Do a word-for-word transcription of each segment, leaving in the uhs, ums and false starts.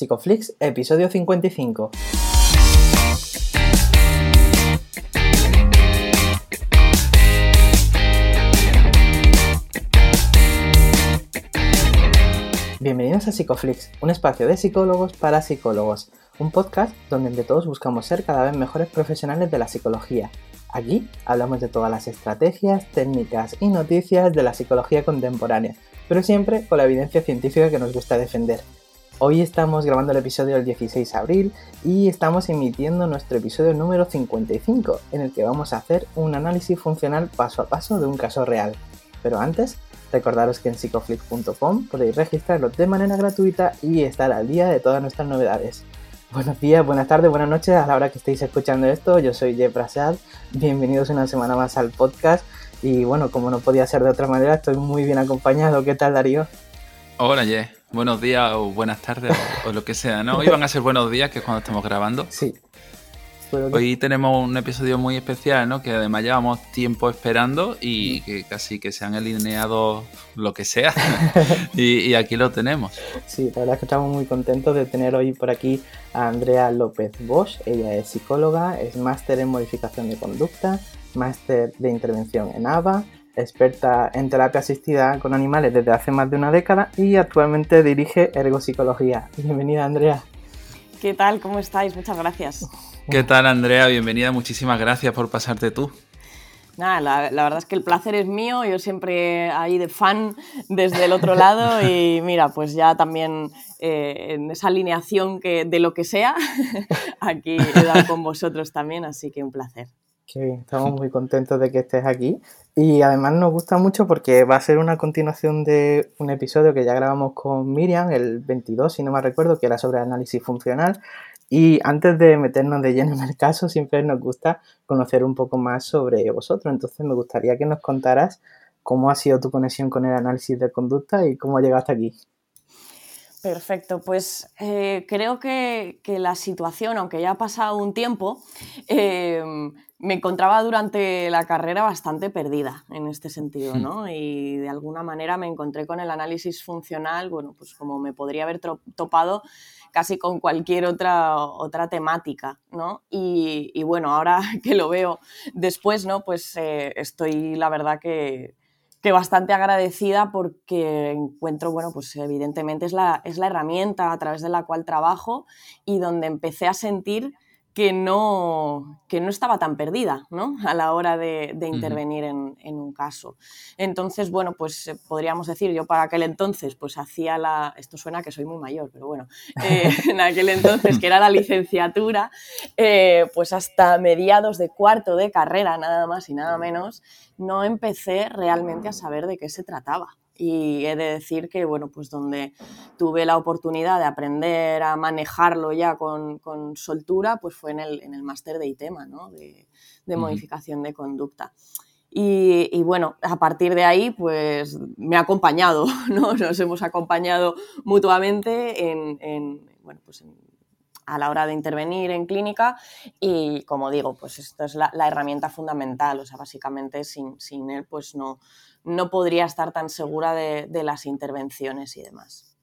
Psicoflix, episodio cincuenta y cinco. Bienvenidos a Psicoflix, un espacio de psicólogos para psicólogos, un podcast donde entre todos buscamos ser cada vez mejores profesionales de la psicología. Aquí hablamos de todas las estrategias, técnicas y noticias de la psicología contemporánea, pero siempre con la evidencia científica que nos gusta defender. Hoy estamos grabando el episodio del dieciséis de abril y estamos emitiendo nuestro episodio número cincuenta y cinco, en el que vamos a hacer un análisis funcional paso a paso de un caso real. Pero antes, recordaros que en psicoflix punto com podéis registraros de manera gratuita y estar al día de todas nuestras novedades. Buenos días, buenas tardes, buenas noches a la hora que estéis escuchando esto. Yo soy Jeff Prasad, bienvenidos una semana más al podcast y bueno, como no podía ser de otra manera, estoy muy bien acompañado. ¿Qué tal, Darío? Hola, Jeff. Buenos días o buenas tardes o, o lo que sea, ¿no? Hoy van a ser buenos días, que es cuando estamos grabando. Sí. Hoy tenemos un episodio muy especial, ¿no? Que además llevamos tiempo esperando y que casi que se han alineado lo que sea. y, y aquí lo tenemos. Sí, la verdad es que estamos muy contentos de tener hoy por aquí a Andrea López Bosch. Ella es psicóloga, es máster en modificación de conducta, máster de intervención en A B A, experta en terapia asistida con animales desde hace más de una década y actualmente dirige Ergopsicología. Bienvenida, Andrea. ¿Qué tal? ¿Cómo estáis? Muchas gracias. ¿Qué tal, Andrea? Bienvenida. Muchísimas gracias por pasarte tú. Nada, la, la verdad es que el placer es mío. Yo siempre ahí de fan desde el otro lado y mira, pues ya también eh, en esa alineación que, de lo que sea, aquí he dado con vosotros también, así que un placer. Qué bien, estamos muy contentos de que estés aquí y además nos gusta mucho porque va a ser una continuación de un episodio que ya grabamos con Miriam, el veintidós, si no me recuerdo, que era sobre análisis funcional. Y antes de meternos de lleno en el caso, siempre nos gusta conocer un poco más sobre vosotros. Entonces me gustaría que nos contaras cómo ha sido tu conexión con el análisis de conducta y cómo llegaste aquí. Perfecto, pues eh, creo que, que la situación, aunque ya ha pasado un tiempo, eh, me encontraba durante la carrera bastante perdida en este sentido, ¿no? Y de alguna manera me encontré con el análisis funcional, bueno, pues como me podría haber topado casi con cualquier otra, otra temática, ¿no? Y, y bueno, ahora que lo veo después, ¿no? Pues eh, estoy, la verdad que... que bastante agradecida porque encuentro, bueno, pues evidentemente es la, es la herramienta a través de la cual trabajo y donde empecé a sentir que no, que no estaba tan perdida, ¿no? A la hora de, de intervenir en, en un caso. Entonces, bueno, pues podríamos decir, yo para aquel entonces pues hacía la... Esto suena que soy muy mayor, pero bueno, eh, en aquel entonces que era la licenciatura, eh, pues hasta mediados de cuarto de carrera, nada más y nada menos, no empecé realmente a saber de qué se trataba. Y he de decir que, bueno, pues donde tuve la oportunidad de aprender a manejarlo ya con, con soltura, pues fue en el, en el máster de ITEMA, ¿no? De, de modificación uh-huh. de conducta. Y, y bueno, a partir de ahí, pues me ha acompañado, ¿no? Nos hemos acompañado mutuamente en, en bueno, pues en, a la hora de intervenir en clínica y, como digo, pues esto es la, la herramienta fundamental, o sea, básicamente sin, sin él pues no, no podría estar tan segura de, de las intervenciones y demás.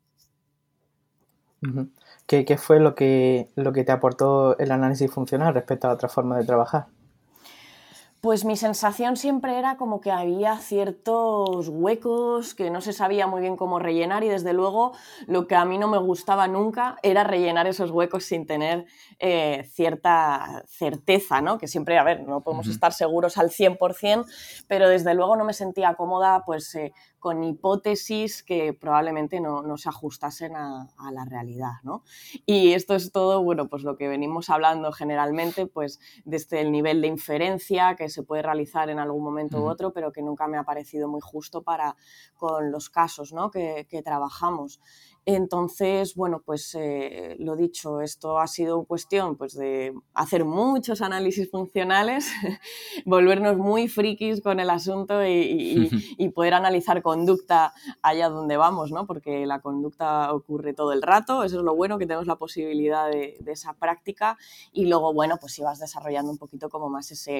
Uh-huh. ¿Qué, qué fue lo que, lo que te aportó el análisis funcional respecto a otra forma de trabajar? Pues mi sensación siempre era como que había ciertos huecos que no se sabía muy bien cómo rellenar y desde luego lo que a mí no me gustaba nunca era rellenar esos huecos sin tener eh, cierta certeza, ¿no? Que siempre, a ver, no podemos uh-huh. estar seguros al cien por ciento, pero desde luego no me sentía cómoda pues eh, con hipótesis que probablemente no, no se ajustasen a, a la realidad, ¿no? Y esto es todo, bueno, pues lo que venimos hablando generalmente, pues desde el nivel de inferencia que se puede realizar en algún momento u otro, pero que nunca me ha parecido muy justo para con los casos, ¿no? que, que trabajamos. Entonces, bueno, pues eh, lo dicho, esto ha sido cuestión pues, de hacer muchos análisis funcionales, volvernos muy frikis con el asunto y, y, y poder analizar conducta allá donde vamos, ¿no? Porque la conducta ocurre todo el rato, eso es lo bueno, que tenemos la posibilidad de, de esa práctica y luego, bueno, pues si vas desarrollando un poquito como más ese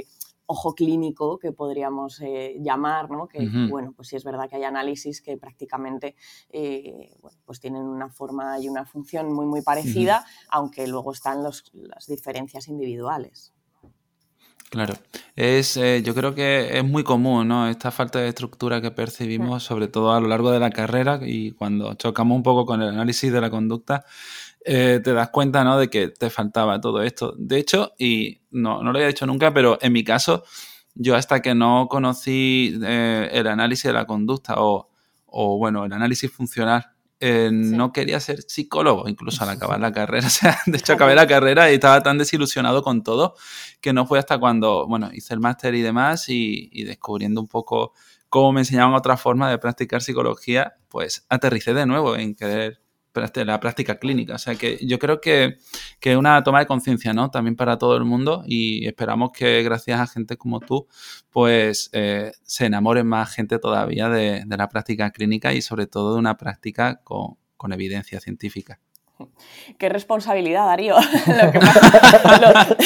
ojo clínico que podríamos eh, llamar, ¿no? Que, uh-huh. bueno, pues sí es verdad que hay análisis que prácticamente eh, bueno, pues tienen una forma y una función muy, muy parecida, uh-huh. aunque luego están los, las diferencias individuales. Claro, es, eh, yo creo que es muy común, ¿no? Esta falta de estructura que percibimos, sobre todo a lo largo de la carrera, y cuando chocamos un poco con el análisis de la conducta, eh, te das cuenta, ¿no?, de que te faltaba todo esto. De hecho, y no, no lo había dicho nunca, pero en mi caso, yo hasta que no conocí eh, el análisis de la conducta o, o, bueno, el análisis funcional, Eh, sí. no quería ser psicólogo, incluso al acabar la carrera. O sea, de hecho, acabé la carrera y estaba tan desilusionado con todo que no fue hasta cuando, bueno, hice el máster y demás y, y descubriendo un poco cómo me enseñaban otras formas de practicar psicología, pues aterricé de nuevo en querer la práctica clínica. O sea, que yo creo que, que es una toma de conciencia, ¿no?, también para todo el mundo, y esperamos que gracias a gente como tú, pues eh, se enamore más gente todavía de, de la práctica clínica y sobre todo de una práctica con, con evidencia científica. Qué responsabilidad, Darío. Lo, que pasa,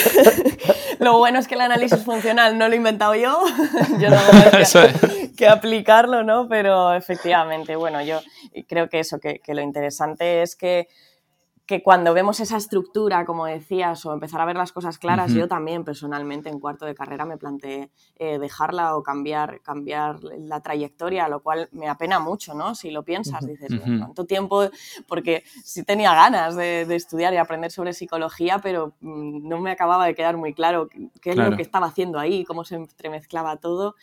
lo, lo bueno es que el análisis funcional no lo he inventado yo, yo no tengo que, eso es. que aplicarlo, ¿no? Pero efectivamente, bueno, yo creo que eso, que, que lo interesante es que que cuando vemos esa estructura, como decías, o empezar a ver las cosas claras, uh-huh. yo también personalmente en cuarto de carrera me planteé eh, dejarla o cambiar, cambiar la trayectoria, lo cual me apena mucho, ¿no? Si lo piensas, uh-huh. dices, uh-huh. ¿cuánto tiempo? Porque sí tenía ganas de, de estudiar y aprender sobre psicología, pero mmm, no me acababa de quedar muy claro qué es claro. lo que estaba haciendo ahí, cómo se entremezclaba todo.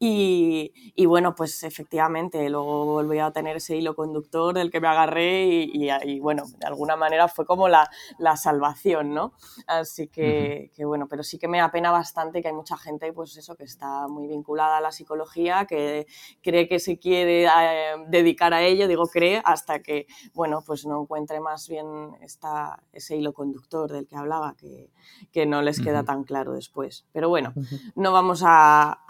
Y, y bueno, pues efectivamente, luego volví a tener ese hilo conductor del que me agarré y, y, y bueno, de alguna manera fue como la, la salvación, ¿no? Así que, uh-huh. que bueno, pero sí que me apena bastante que hay mucha gente, pues eso, que está muy vinculada a la psicología, que cree que se quiere eh, dedicar a ello, digo cree, hasta que, bueno, pues no encuentre más bien esta, ese hilo conductor del que hablaba, que, que no les queda uh-huh. tan claro después. Pero bueno, uh-huh. no vamos a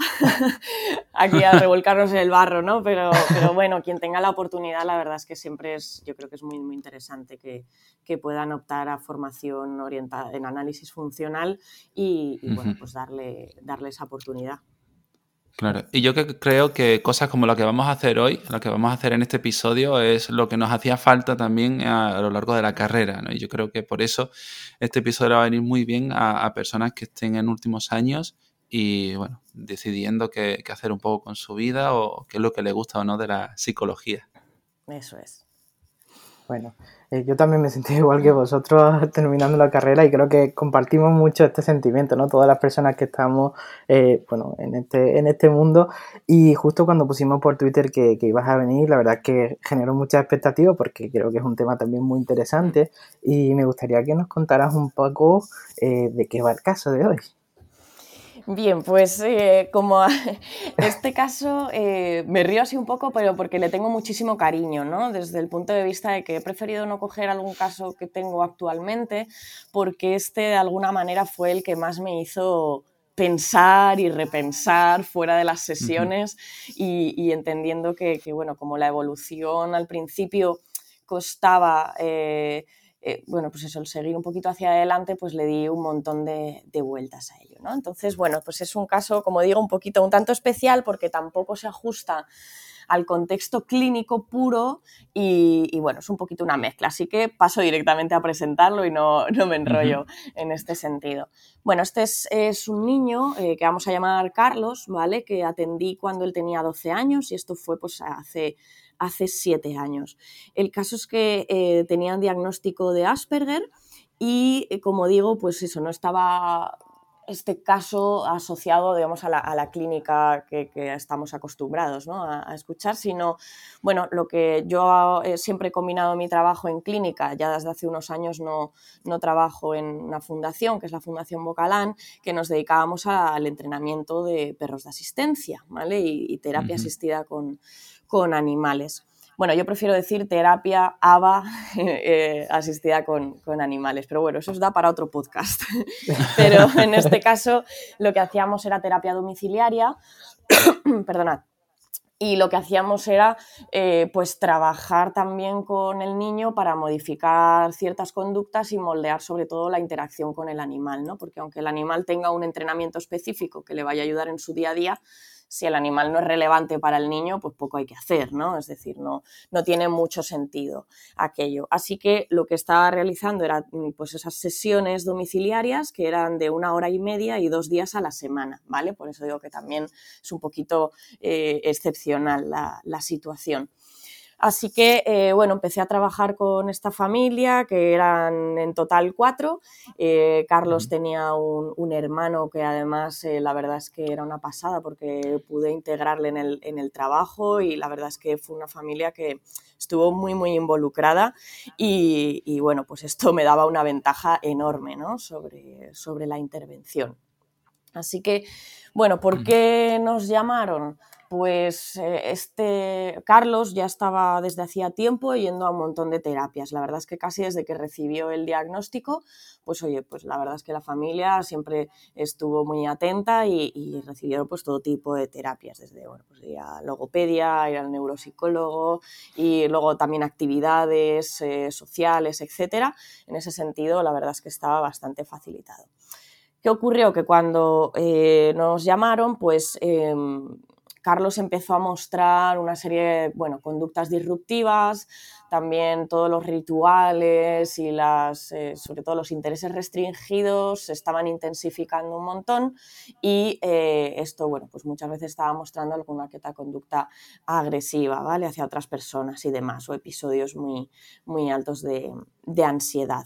aquí a revolcarnos en el barro, ¿no? Pero, pero bueno, quien tenga la oportunidad, la verdad es que siempre es, yo creo que es muy, muy interesante que que puedan optar a formación orientada en análisis funcional y, y bueno, pues darle, darle esa oportunidad. Claro, y yo que creo que cosas como lo que vamos a hacer hoy, lo que vamos a hacer en este episodio, es lo que nos hacía falta también a, a lo largo de la carrera, ¿no? Y yo creo que por eso este episodio va a venir muy bien a, a personas que estén en últimos años y, bueno, decidiendo qué, qué hacer un poco con su vida o qué es lo que le gusta o no de la psicología. Eso es. Bueno, eh, yo también me sentí igual que vosotros terminando la carrera y creo que compartimos mucho este sentimiento, ¿no? Todas las personas que estamos, eh, bueno, en este, en este mundo, y justo cuando pusimos por Twitter que, que ibas a venir, la verdad es que generó muchas expectativas porque creo que es un tema también muy interesante y me gustaría que nos contaras un poco eh, de qué va el caso de hoy. Bien, pues eh, como este caso eh, me río así un poco, pero porque le tengo muchísimo cariño, ¿no? Desde el punto de vista de que he preferido no coger algún caso que tengo actualmente, porque este de alguna manera fue el que más me hizo pensar y repensar fuera de las sesiones uh-huh. y, y entendiendo que, que, bueno, como la evolución al principio costaba... Eh, Eh, bueno, pues eso, el seguir un poquito hacia adelante, pues le di un montón de, de vueltas a ello, ¿no? Entonces, bueno, pues es un caso, como digo, un poquito, un tanto especial porque tampoco se ajusta al contexto clínico puro y, y bueno, es un poquito una mezcla, así que paso directamente a presentarlo y no, no me enrollo uh-huh. en este sentido. Bueno, este es, es un niño eh, que vamos a llamar Carlos, ¿vale? Que atendí cuando él tenía doce años y esto fue pues hace... hace siete años. El caso es que eh, tenía un diagnóstico de Asperger y, eh, como digo, pues eso, no estaba este caso asociado, digamos, a la, a la clínica que, que estamos acostumbrados, ¿no? a, a escuchar, sino, bueno, lo que yo eh, siempre he combinado mi trabajo en clínica, ya desde hace unos años no, no trabajo en una fundación, que es la Fundación Bocalán, que nos dedicábamos al entrenamiento de perros de asistencia, ¿vale? Y, y terapia uh-huh. asistida con con animales. Bueno, yo prefiero decir terapia A B A eh, asistida con, con animales, pero bueno, eso os da para otro podcast. Pero en este caso lo que hacíamos era terapia domiciliaria, perdonad, Y lo que hacíamos era eh, pues trabajar también con el niño para modificar ciertas conductas y moldear sobre todo la interacción con el animal, ¿no? Porque aunque el animal tenga un entrenamiento específico que le vaya a ayudar en su día a día, si el animal no es relevante para el niño, pues poco hay que hacer, ¿no? Es decir, no, no tiene mucho sentido aquello. Así que lo que estaba realizando eran pues esas sesiones domiciliarias que eran de una hora y media y dos días a la semana, ¿vale? Por eso digo que también es un poquito eh, excepcional la, la situación. Así que, eh, bueno, empecé a trabajar con esta familia, que eran en total cuatro. Eh, Carlos tenía un, un hermano que además, eh, la verdad es que era una pasada porque pude integrarle en el, en el trabajo y la verdad es que fue una familia que estuvo muy, muy involucrada y, y bueno, pues esto me daba una ventaja enorme, ¿no? sobre, sobre la intervención. Así que, bueno, ¿por qué nos llamaron? Pues eh, este Carlos ya estaba desde hacía tiempo yendo a un montón de terapias. La verdad es que casi desde que recibió el diagnóstico, pues oye, pues la verdad es que la familia siempre estuvo muy atenta y, y recibieron pues todo tipo de terapias, desde bueno, pues ir a logopedia, ir al neuropsicólogo y luego también actividades eh, sociales, etcétera. En ese sentido, la verdad es que estaba bastante facilitado. ¿Qué ocurrió? Que cuando eh, nos llamaron, pues eh, Carlos empezó a mostrar una serie de bueno, conductas disruptivas, también todos los rituales y las, eh, sobre todo los intereses restringidos se estaban intensificando un montón y eh, esto bueno, pues muchas veces estaba mostrando alguna que otra conducta agresiva, ¿vale? Hacia otras personas y demás, o episodios muy, muy altos de, de ansiedad.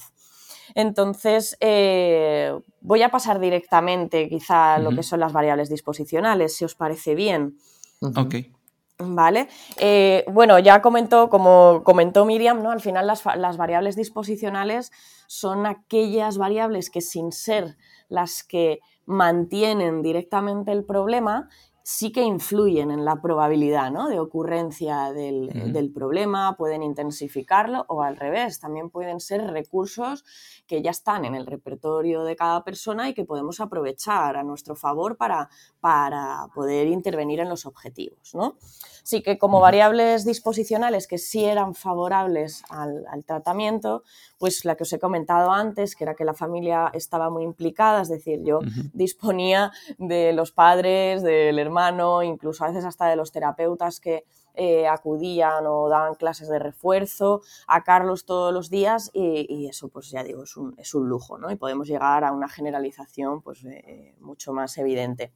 Entonces, eh, voy a pasar directamente quizá a lo Uh-huh. que son las variables disposicionales, si os parece bien. Uh-huh. Ok. Vale. Eh, bueno, ya comentó, como comentó Miriam, ¿no? Al final las, las variables disposicionales son aquellas variables que sin ser las que mantienen directamente el problema, sí que influyen en la probabilidad, ¿no? de ocurrencia del, uh-huh. del problema, pueden intensificarlo o al revés, también pueden ser recursos que ya están en el repertorio de cada persona y que podemos aprovechar a nuestro favor para, para poder intervenir en los objetivos, ¿no? Así que como variables disposicionales que sí eran favorables al, al tratamiento, pues la que os he comentado antes, que era que la familia estaba muy implicada, es decir, yo uh-huh. disponía de los padres, del hermano, incluso a veces hasta de los terapeutas que eh, acudían o daban clases de refuerzo a Carlos todos los días y, y eso pues ya digo, es un, es un lujo, ¿no? Y podemos llegar a una generalización pues eh, mucho más evidente.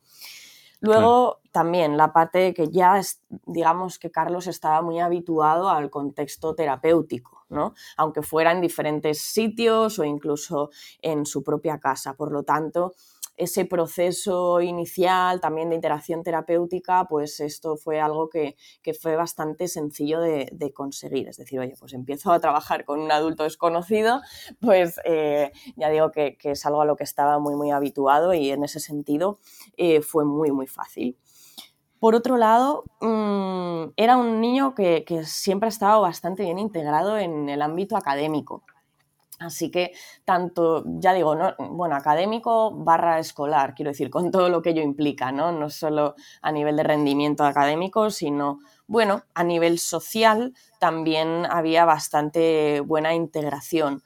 Luego, claro. también la parte de que ya, es, digamos que Carlos estaba muy habituado al contexto terapéutico, ¿no? Aunque fuera en diferentes sitios o incluso en su propia casa. Por lo tanto, ese proceso inicial también de interacción terapéutica, pues esto fue algo que, que fue bastante sencillo de, de conseguir. Es decir, oye, pues empiezo a trabajar con un adulto desconocido, pues eh, ya digo que, que es algo a lo que estaba muy, muy habituado y en ese sentido eh, fue muy, muy fácil. Por otro lado, mmm, era un niño que, que siempre ha estado bastante bien integrado en el ámbito académico. Así que tanto, ya digo, ¿no? bueno, académico barra escolar, quiero decir, con todo lo que ello implica, ¿no? No solo a nivel de rendimiento académico, sino, bueno, a nivel social también había bastante buena integración.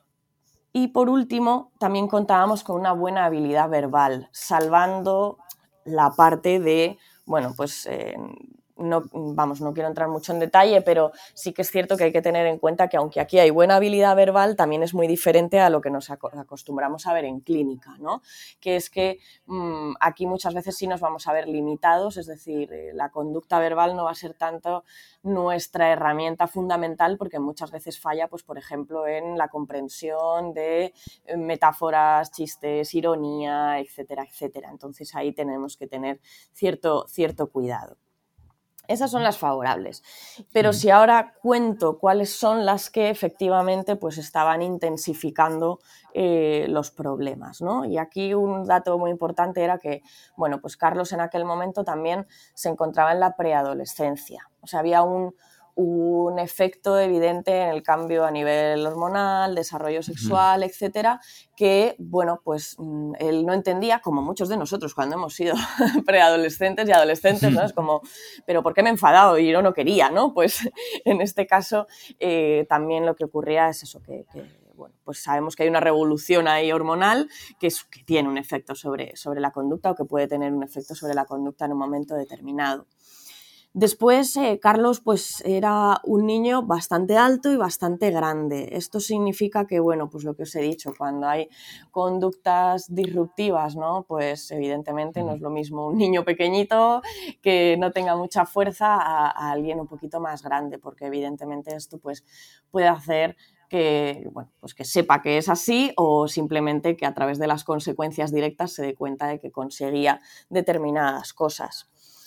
Y por último, también contábamos con una buena habilidad verbal, salvando la parte de, bueno, pues... Eh, No, vamos, no quiero entrar mucho en detalle, pero sí que es cierto que hay que tener en cuenta que aunque aquí hay buena habilidad verbal, también es muy diferente a lo que nos acostumbramos a ver en clínica, ¿no? Que es que mmm, aquí muchas veces sí nos vamos a ver limitados, es decir, eh, la conducta verbal no va a ser tanto nuestra herramienta fundamental porque muchas veces falla, pues por ejemplo, en la comprensión de metáforas, chistes, ironía, etcétera, etcétera. Entonces ahí tenemos que tener cierto, cierto cuidado. Esas son las favorables, pero si ahora cuento cuáles son las que efectivamente pues estaban intensificando eh, los problemas, ¿no? Y aquí un dato muy importante era que, bueno, pues Carlos en aquel momento también se encontraba en la preadolescencia, o sea, había un, un efecto evidente en el cambio a nivel hormonal, desarrollo sexual, uh-huh. etcétera, que, bueno, pues él no entendía, como muchos de nosotros cuando hemos sido preadolescentes y adolescentes, ¿no? Es como, ¿pero por qué me he enfadado? Y yo no quería, ¿no? Pues en este caso eh, también lo que ocurría es eso, que... que bueno, pues sabemos que hay una revolución ahí hormonal que, es, que tiene un efecto sobre, sobre la conducta o que puede tener un efecto sobre la conducta en un momento determinado. Después, eh, Carlos pues era un niño bastante alto y bastante grande. Esto significa que, bueno, pues lo que os he dicho, cuando hay conductas disruptivas, ¿no? Pues evidentemente no es lo mismo un niño pequeñito que no tenga mucha fuerza a, a alguien un poquito más grande, porque evidentemente esto pues puede hacer que, bueno, pues que sepa que es así o simplemente que a través de las consecuencias directas se dé cuenta de que conseguía determinadas cosas.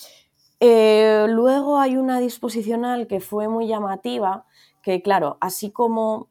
Eh, luego hay una disposicional que fue muy llamativa, que claro, así como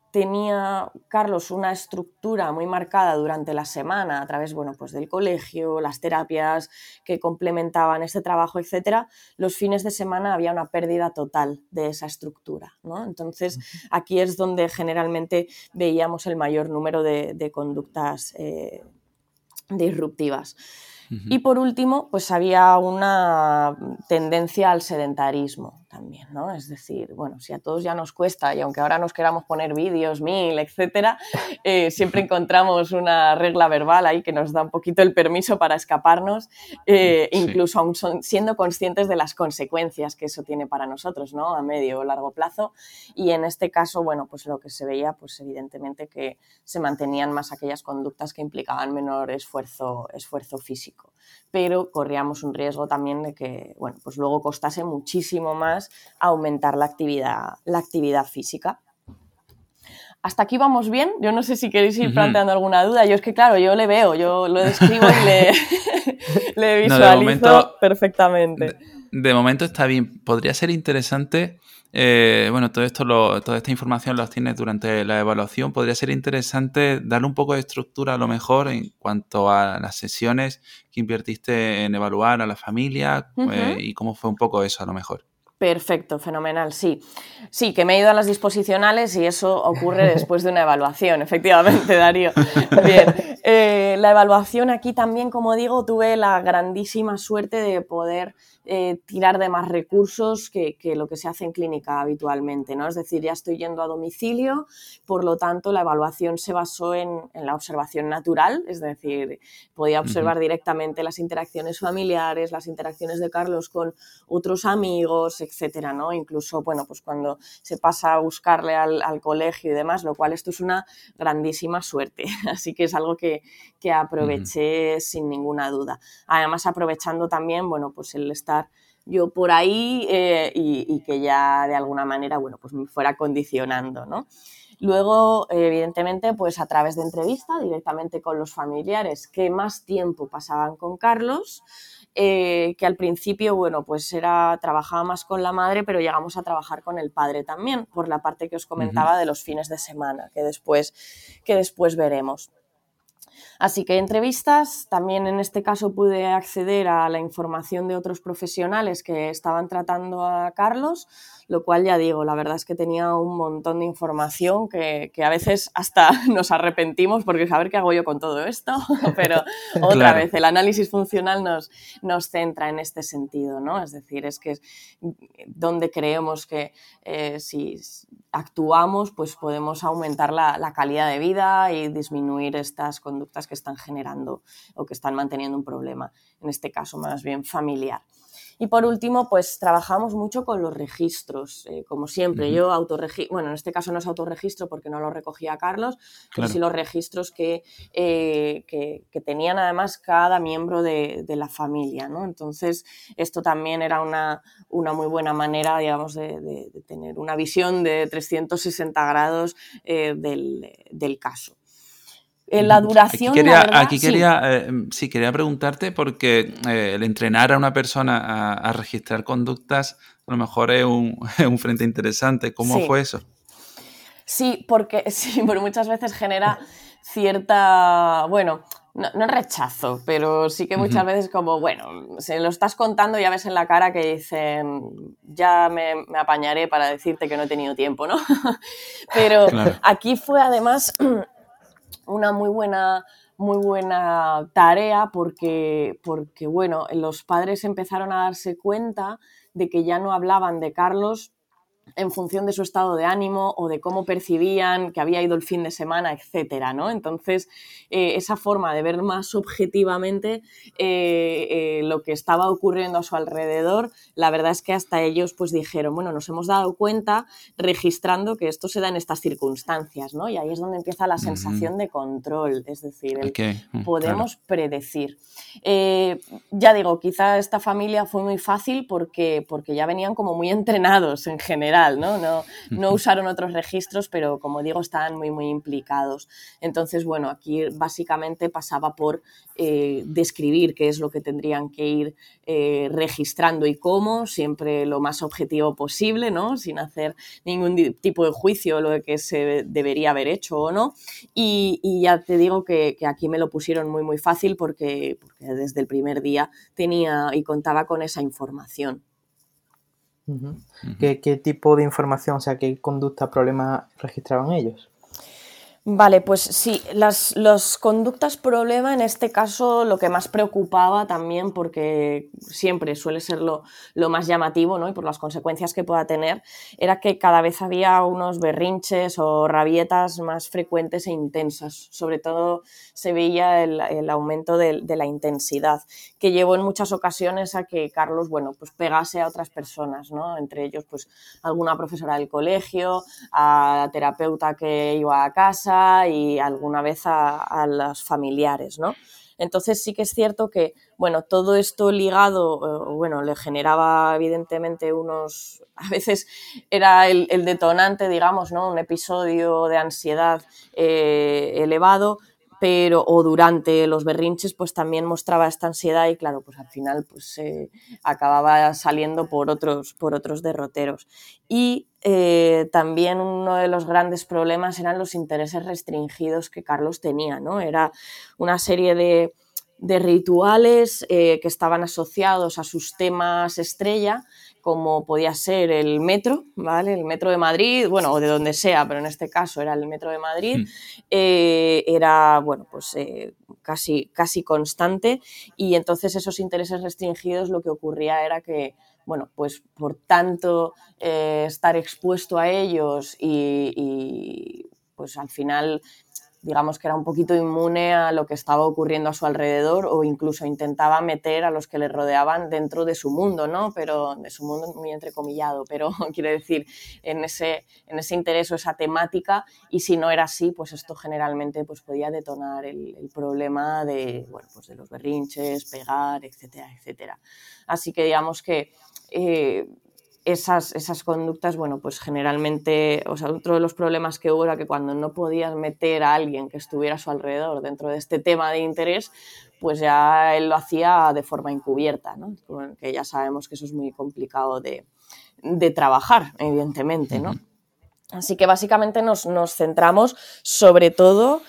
tenía Carlos una estructura muy marcada durante la semana a través, bueno, pues del colegio, las terapias que complementaban este trabajo, etcétera, los fines de semana había una pérdida total de esa estructura, ¿no? Entonces, aquí es donde generalmente veíamos el mayor número de, de conductas eh, disruptivas. Uh-huh. Y por último, pues había una tendencia al sedentarismo también, ¿no? Es decir, bueno, si a todos ya nos cuesta y aunque ahora nos queramos poner vídeos, mil, etcétera, eh, siempre encontramos una regla verbal ahí que nos da un poquito el permiso para escaparnos, eh, sí. incluso aún son, siendo conscientes de las consecuencias que eso tiene para nosotros, ¿no? A medio o largo plazo. Y en este caso, bueno, pues lo que se veía, pues evidentemente que se mantenían más aquellas conductas que implicaban menor esfuerzo, esfuerzo físico. Pero corríamos un riesgo también de que, bueno, pues luego costase muchísimo más aumentar la actividad, la actividad física. ¿Hasta aquí vamos bien? Yo no sé si queréis ir uh-huh. planteando alguna duda. Yo es que, claro, yo le veo, yo lo describo y le, le visualizo no, de momento, perfectamente. De, de momento está bien. Podría ser interesante... Eh, bueno, todo esto lo, toda esta información la obtienes durante la evaluación. Podría ser interesante darle un poco de estructura a lo mejor en cuanto a las sesiones que invertiste en evaluar a la familia uh-huh. eh, y cómo fue un poco eso a lo mejor. Perfecto, fenomenal, sí. Sí, que me he ido a las disposicionales y eso ocurre después de una evaluación, efectivamente, Darío. Bien, eh, la evaluación aquí también, como digo, tuve la grandísima suerte de poder eh, tirar de más recursos que, que lo que se hace en clínica habitualmente, ¿no? Es decir, ya estoy yendo a domicilio, por lo tanto, la evaluación se basó en, en la observación natural, es decir, podía observar uh-huh. directamente las interacciones familiares, las interacciones de Carlos con otros amigos, etcétera, ¿no? Incluso, bueno, pues cuando se pasa a buscarle al, al colegio y demás, lo cual esto es una grandísima suerte. Así que es algo que, que aproveché uh-huh. sin ninguna duda. Además, aprovechando también, bueno, pues el estar yo por ahí eh, y, y que ya de alguna manera, bueno, pues me fuera condicionando, ¿no? Luego, evidentemente, pues a través de entrevista directamente con los familiares que más tiempo pasaban con Carlos, eh, que al principio, bueno, pues era, trabajaba más con la madre, pero llegamos a trabajar con el padre también, por la parte que os comentaba uh-huh. de los fines de semana, que después, que después veremos. Así que entrevistas, también en este caso pude acceder a la información de otros profesionales que estaban tratando a Carlos, lo cual ya digo, la verdad es que tenía un montón de información que, que a veces hasta nos arrepentimos porque saber qué hago yo con todo esto, pero otra claro. vez el análisis funcional nos, nos centra en este sentido, ¿no? Es decir, es que es donde creemos que eh, si actuamos, pues podemos aumentar la, la calidad de vida y disminuir estas conductas que están generando o que están manteniendo un problema, en este caso más bien familiar. Y por último, pues trabajamos mucho con los registros, eh, como siempre. Uh-huh. Yo autorregistro, bueno, en este caso no es autorregistro porque no lo recogía Carlos, claro. pero sí los registros que, eh, que, que tenían además cada miembro de, de la familia, ¿no? Entonces, esto también era una, una muy buena manera, digamos, de, de, de tener una visión de trescientos sesenta grados eh, del, del caso. En la duración, aquí quería, la verdad, aquí quería, sí. Eh, sí, quería preguntarte porque eh, el entrenar a una persona a, a registrar conductas a lo mejor es un, es un frente interesante. ¿Cómo sí. fue eso? Sí, porque sí, porque muchas veces genera cierta, bueno, No, no rechazo, pero sí que muchas Ujú. veces como, bueno, se lo estás contando y ya ves en la cara que dicen, ya me, me apañaré para decirte que no he tenido tiempo, ¿no? Pero Claro. aquí fue además una muy buena, muy buena tarea porque, porque, bueno, los padres empezaron a darse cuenta de que ya no hablaban de Carlos en función de su estado de ánimo o de cómo percibían que había ido el fin de semana, etcétera, ¿no? Entonces, eh, esa forma de ver más objetivamente eh, eh, lo que estaba ocurriendo a su alrededor, la verdad es que hasta ellos pues dijeron, bueno, nos hemos dado cuenta registrando que esto se da en estas circunstancias, ¿no? Y ahí es donde empieza la sensación Ujú. de control, es decir, el Ok, mm, claro. podemos predecir. Eh, ya digo, quizá esta familia fue muy fácil porque, porque ya venían como muy entrenados en general, ¿no? No, no Ujú. usaron otros registros, pero como digo, estaban muy, muy implicados. Entonces, bueno, aquí básicamente pasaba por eh, describir qué es lo que tendrían que ir eh, registrando y cómo, siempre lo más objetivo posible, ¿no? Sin hacer ningún tipo de juicio lo de que se debería haber hecho o no. Y, y ya te digo que, que aquí me lo pusieron muy, muy fácil porque, porque desde el primer día tenía y contaba con esa información. Ujú. Ujú. ¿Qué, qué tipo de información, o sea, qué conducta, problemas registraban ellos? Vale, pues sí, las los conductas problema en este caso lo que más preocupaba también, porque siempre suele ser lo, lo más llamativo, ¿no? Y por las consecuencias que pueda tener, era que cada vez había unos berrinches o rabietas más frecuentes e intensas. Sobre todo se veía el, el aumento de, de la intensidad, que llevó en muchas ocasiones a que Carlos, bueno, pues pegase a otras personas, ¿no? Entre ellos, pues alguna profesora del colegio, a la terapeuta que iba a casa y alguna vez a, a los familiares, ¿no? Entonces sí que es cierto que, bueno, todo esto ligado, eh, bueno, le generaba evidentemente unos, a veces era el, el detonante, digamos, ¿no? Un episodio de ansiedad eh, elevado, pero o durante los berrinches pues también mostraba esta ansiedad y claro, pues al final pues eh, acababa saliendo por otros, por otros derroteros. Y eh, también uno de los grandes problemas eran los intereses restringidos que Carlos tenía, ¿no? Era una serie de, de rituales eh, que estaban asociados a sus temas estrella, como podía ser el metro, ¿vale? El metro de Madrid, bueno, o de donde sea, pero en este caso era el metro de Madrid, eh, era, bueno, pues eh, casi, casi constante y entonces esos intereses restringidos lo que ocurría era que, bueno, pues por tanto eh, estar expuesto a ellos y, y pues al final digamos que era un poquito inmune a lo que estaba ocurriendo a su alrededor o incluso intentaba meter a los que le rodeaban dentro de su mundo, ¿no? Pero de su mundo muy entrecomillado, pero quiere decir en ese, en ese interés o esa temática y si no era así, pues esto generalmente pues podía detonar el, el problema de, bueno, pues de los berrinches, pegar, etcétera, etcétera. Así que digamos que eh, Esas, esas conductas, bueno, pues generalmente, o sea, otro de los problemas que hubo era que cuando no podías meter a alguien que estuviera a su alrededor dentro de este tema de interés, pues ya él lo hacía de forma encubierta, ¿no? Que ya sabemos que eso es muy complicado de, de trabajar, evidentemente, ¿no? Ujú. Así que básicamente nos, nos centramos sobre todo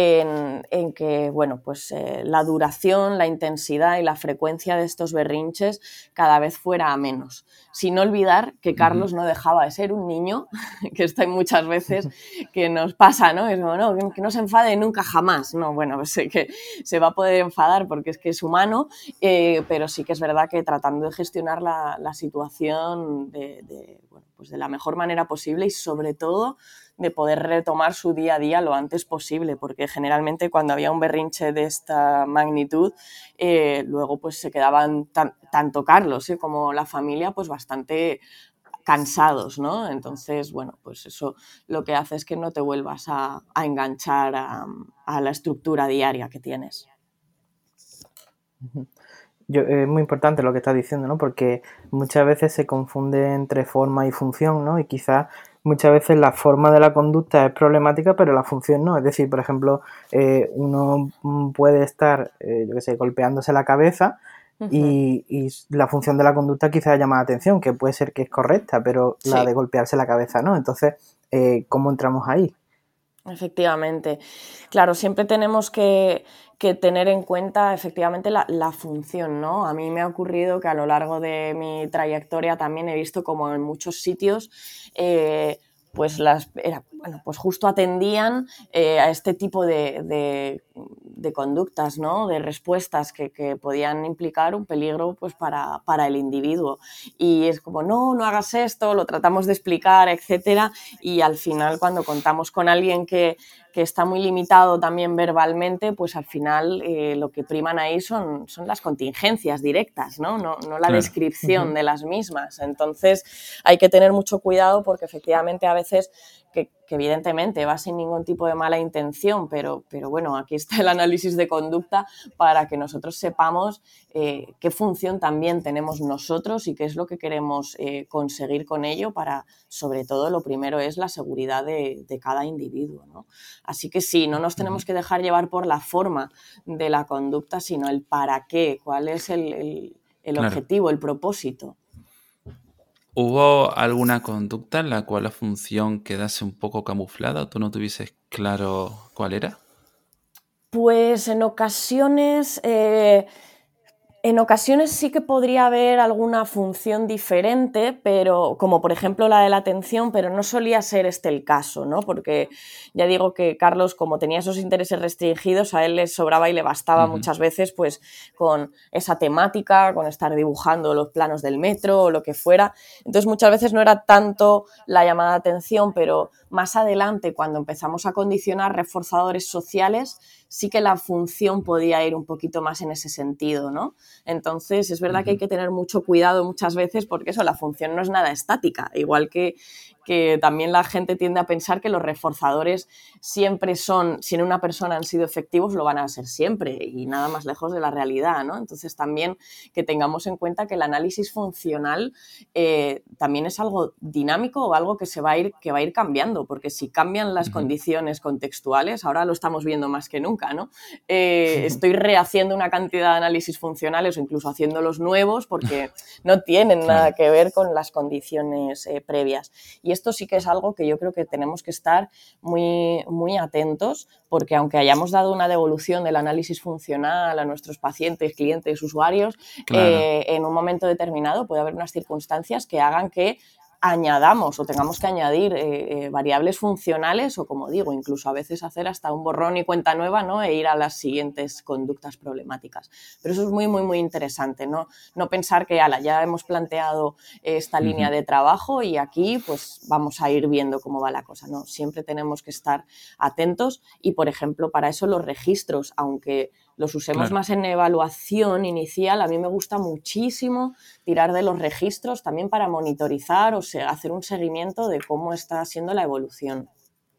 en, en que, bueno, pues eh, la duración, la intensidad y la frecuencia de estos berrinches cada vez fuera a menos. Sin olvidar que Ujú. Carlos no dejaba de ser un niño, que esto hay muchas veces que nos pasa, ¿no? Es como, no, que no se enfade nunca jamás. No, bueno, pues sé que se va a poder enfadar porque es que es humano, eh, pero sí que es verdad que tratando de gestionar la, la situación de, de, bueno, pues de la mejor manera posible y sobre todo de poder retomar su día a día lo antes posible, porque generalmente cuando había un berrinche de esta magnitud, eh, luego pues se quedaban tan, tanto Carlos ¿eh? como la familia pues bastante cansados, ¿no? Entonces, bueno, pues eso lo que hace es que no te vuelvas a, a enganchar a, a la estructura diaria que tienes. Yo, es muy importante lo que estás diciendo, ¿no? Porque muchas veces se confunde entre forma y función, ¿no? Y quizás muchas veces la forma de la conducta es problemática, pero la función no. Es decir, por ejemplo, eh, uno puede estar, eh, yo qué sé, golpeándose la cabeza Uh-huh. y, y la función de la conducta quizás llama la atención, que puede ser que es correcta, pero la Sí. de golpearse la cabeza no. Entonces, eh, ¿cómo entramos ahí? Efectivamente. Claro, siempre tenemos que, que tener en cuenta efectivamente la, la función, ¿no? A mí me ha ocurrido que a lo largo de mi trayectoria también he visto como en muchos sitios eh, pues, las, era, bueno, pues justo atendían eh, a este tipo de, de, de conductas, ¿no? De respuestas que, que podían implicar un peligro pues, para, para el individuo. Y es como, no, no hagas esto, lo tratamos de explicar, etcétera, y al final cuando contamos con alguien que, que está muy limitado también verbalmente, pues al final eh, lo que priman ahí son, son las contingencias directas, ¿no? No, no la Claro. descripción Ujú. de las mismas. Entonces hay que tener mucho cuidado porque efectivamente a veces que, que evidentemente va sin ningún tipo de mala intención, pero, pero bueno, aquí está el análisis de conducta para que nosotros sepamos eh, qué función también tenemos nosotros y qué es lo que queremos eh, conseguir con ello para, sobre todo, lo primero es la seguridad de, de cada individuo, ¿no? Así que sí, no nos tenemos que dejar llevar por la forma de la conducta, sino el para qué, cuál es el, el, el Claro. objetivo, el propósito. ¿Hubo alguna conducta en la cual la función quedase un poco camuflada o tú no tuvieses claro cuál era? Pues en ocasiones... Eh, En ocasiones sí que podría haber alguna función diferente, pero como por ejemplo la de la atención, pero no solía ser este el caso, ¿no? Porque ya digo que Carlos, como tenía esos intereses restringidos, a él le sobraba y le bastaba Ujú. muchas veces pues con esa temática, con estar dibujando los planos del metro o lo que fuera. Entonces muchas veces no era tanto la llamada de atención, pero más adelante, cuando empezamos a condicionar reforzadores sociales, sí que la función podía ir un poquito más en ese sentido, ¿no? Entonces, es verdad que hay que tener mucho cuidado muchas veces porque eso, la función no es nada estática, igual que, que también la gente tiende a pensar que los reforzadores siempre son, si en una persona han sido efectivos, lo van a ser siempre y nada más lejos de la realidad, ¿no? Entonces, también que tengamos en cuenta que el análisis funcional eh, también es algo dinámico o algo que se va a ir, que va a ir cambiando, porque si cambian las Ujú. condiciones contextuales, ahora lo estamos viendo más que nunca, ¿no? Eh, estoy rehaciendo una cantidad de análisis funcionales o incluso haciéndolos nuevos porque no tienen Claro. nada que ver con las condiciones eh, previas. Y esto sí que es algo que yo creo que tenemos que estar muy, muy atentos porque aunque hayamos dado una devolución del análisis funcional a nuestros pacientes, clientes, usuarios, Claro. eh, en un momento determinado puede haber unas circunstancias que hagan que añadamos o tengamos que añadir eh, eh, variables funcionales o, como digo, incluso a veces hacer hasta un borrón y cuenta nueva, ¿no? E ir a las siguientes conductas problemáticas. Pero eso es muy, muy, muy interesante, ¿no? No pensar que, ala, ya hemos planteado esta Ujú. línea de trabajo y aquí pues vamos a ir viendo cómo va la cosa, ¿no? Siempre tenemos que estar atentos y, por ejemplo, para eso los registros, aunque los usemos Claro. más en evaluación inicial, a mí me gusta muchísimo tirar de los registros también para monitorizar o sea, hacer un seguimiento de cómo está siendo la evolución.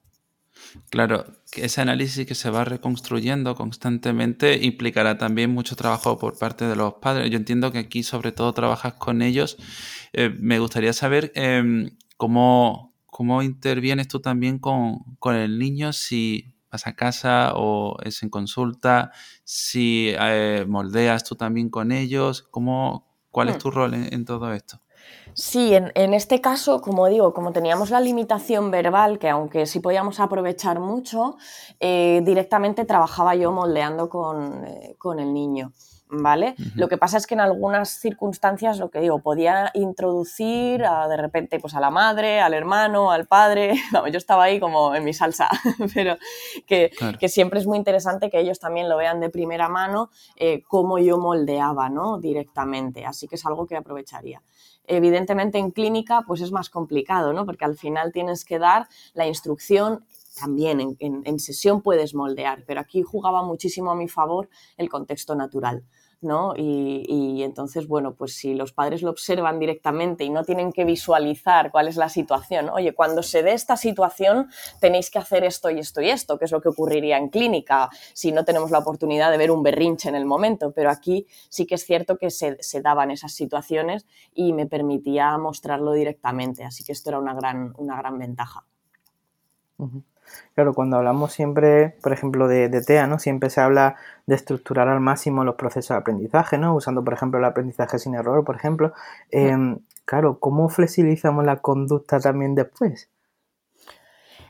Claro, que ese análisis que se va reconstruyendo constantemente implicará también mucho trabajo por parte de los padres. Yo entiendo que aquí sobre todo trabajas con ellos. Eh, me gustaría saber eh, cómo, cómo intervienes tú también con, con el niño, si vas a casa o es en consulta, si eh, moldeas tú también con ellos, cómo, ¿cuál es Hmm. tu rol en, en todo esto? Sí, en, en este caso, como digo, como teníamos la limitación verbal, que aunque sí podíamos aprovechar mucho, eh, directamente trabajaba yo moldeando con, eh, con el niño, ¿vale? Ujú. Lo que pasa es que en algunas circunstancias, lo que digo, podía introducir a, de repente pues a la madre, al hermano, al padre, vamos, yo estaba ahí como en mi salsa, pero que, Claro. que siempre es muy interesante que ellos también lo vean de primera mano, eh, cómo yo moldeaba, ¿no? Directamente, así que es algo que aprovecharía. Evidentemente en clínica pues es más complicado, ¿no? Porque al final tienes que dar la instrucción, también en, en, en sesión puedes moldear, pero aquí jugaba muchísimo a mi favor el contexto natural, ¿no? Y, y entonces, bueno, pues si los padres lo observan directamente y no tienen que visualizar cuál es la situación, ¿no? Oye, cuando se dé esta situación tenéis que hacer esto y esto y esto, que es lo que ocurriría en clínica si no tenemos la oportunidad de ver un berrinche en el momento, pero aquí sí que es cierto que se, se daban esas situaciones y me permitía mostrarlo directamente, así que esto era una gran, una gran ventaja. Uh-huh. Claro, cuando hablamos siempre, por ejemplo, de, de TEA, ¿no? Siempre se habla de estructurar al máximo los procesos de aprendizaje, ¿no? Usando, por ejemplo, el aprendizaje sin error, por ejemplo. Eh, claro, ¿cómo flexibilizamos la conducta también después?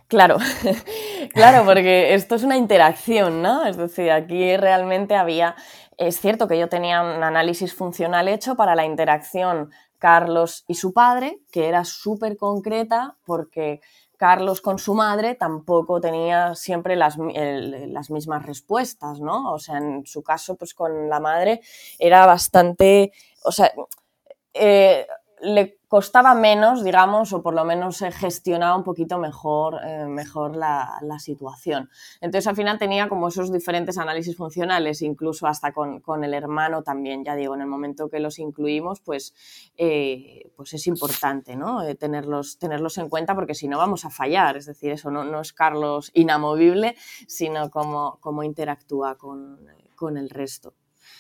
Claro, claro, porque esto es una interacción, ¿no? Es decir, aquí realmente había... Es cierto que yo tenía un análisis funcional hecho para la interacción Carlos y su padre, que era súper concreta porque Carlos con su madre tampoco tenía siempre las, el, las mismas respuestas, ¿no? O sea, en su caso, pues con la madre era bastante... O sea, eh, le costaba menos, digamos, o por lo menos eh, gestionaba un poquito mejor, eh, mejor la, la situación. Entonces, al final tenía como esos diferentes análisis funcionales, incluso hasta con, con el hermano también, ya digo, en el momento que los incluimos, pues, eh, pues es importante, ¿no? Eh, tenerlos, tenerlos en cuenta, porque si no vamos a fallar, es decir, eso no, no es Carlos inamovible, sino cómo, cómo interactúa con, con el resto.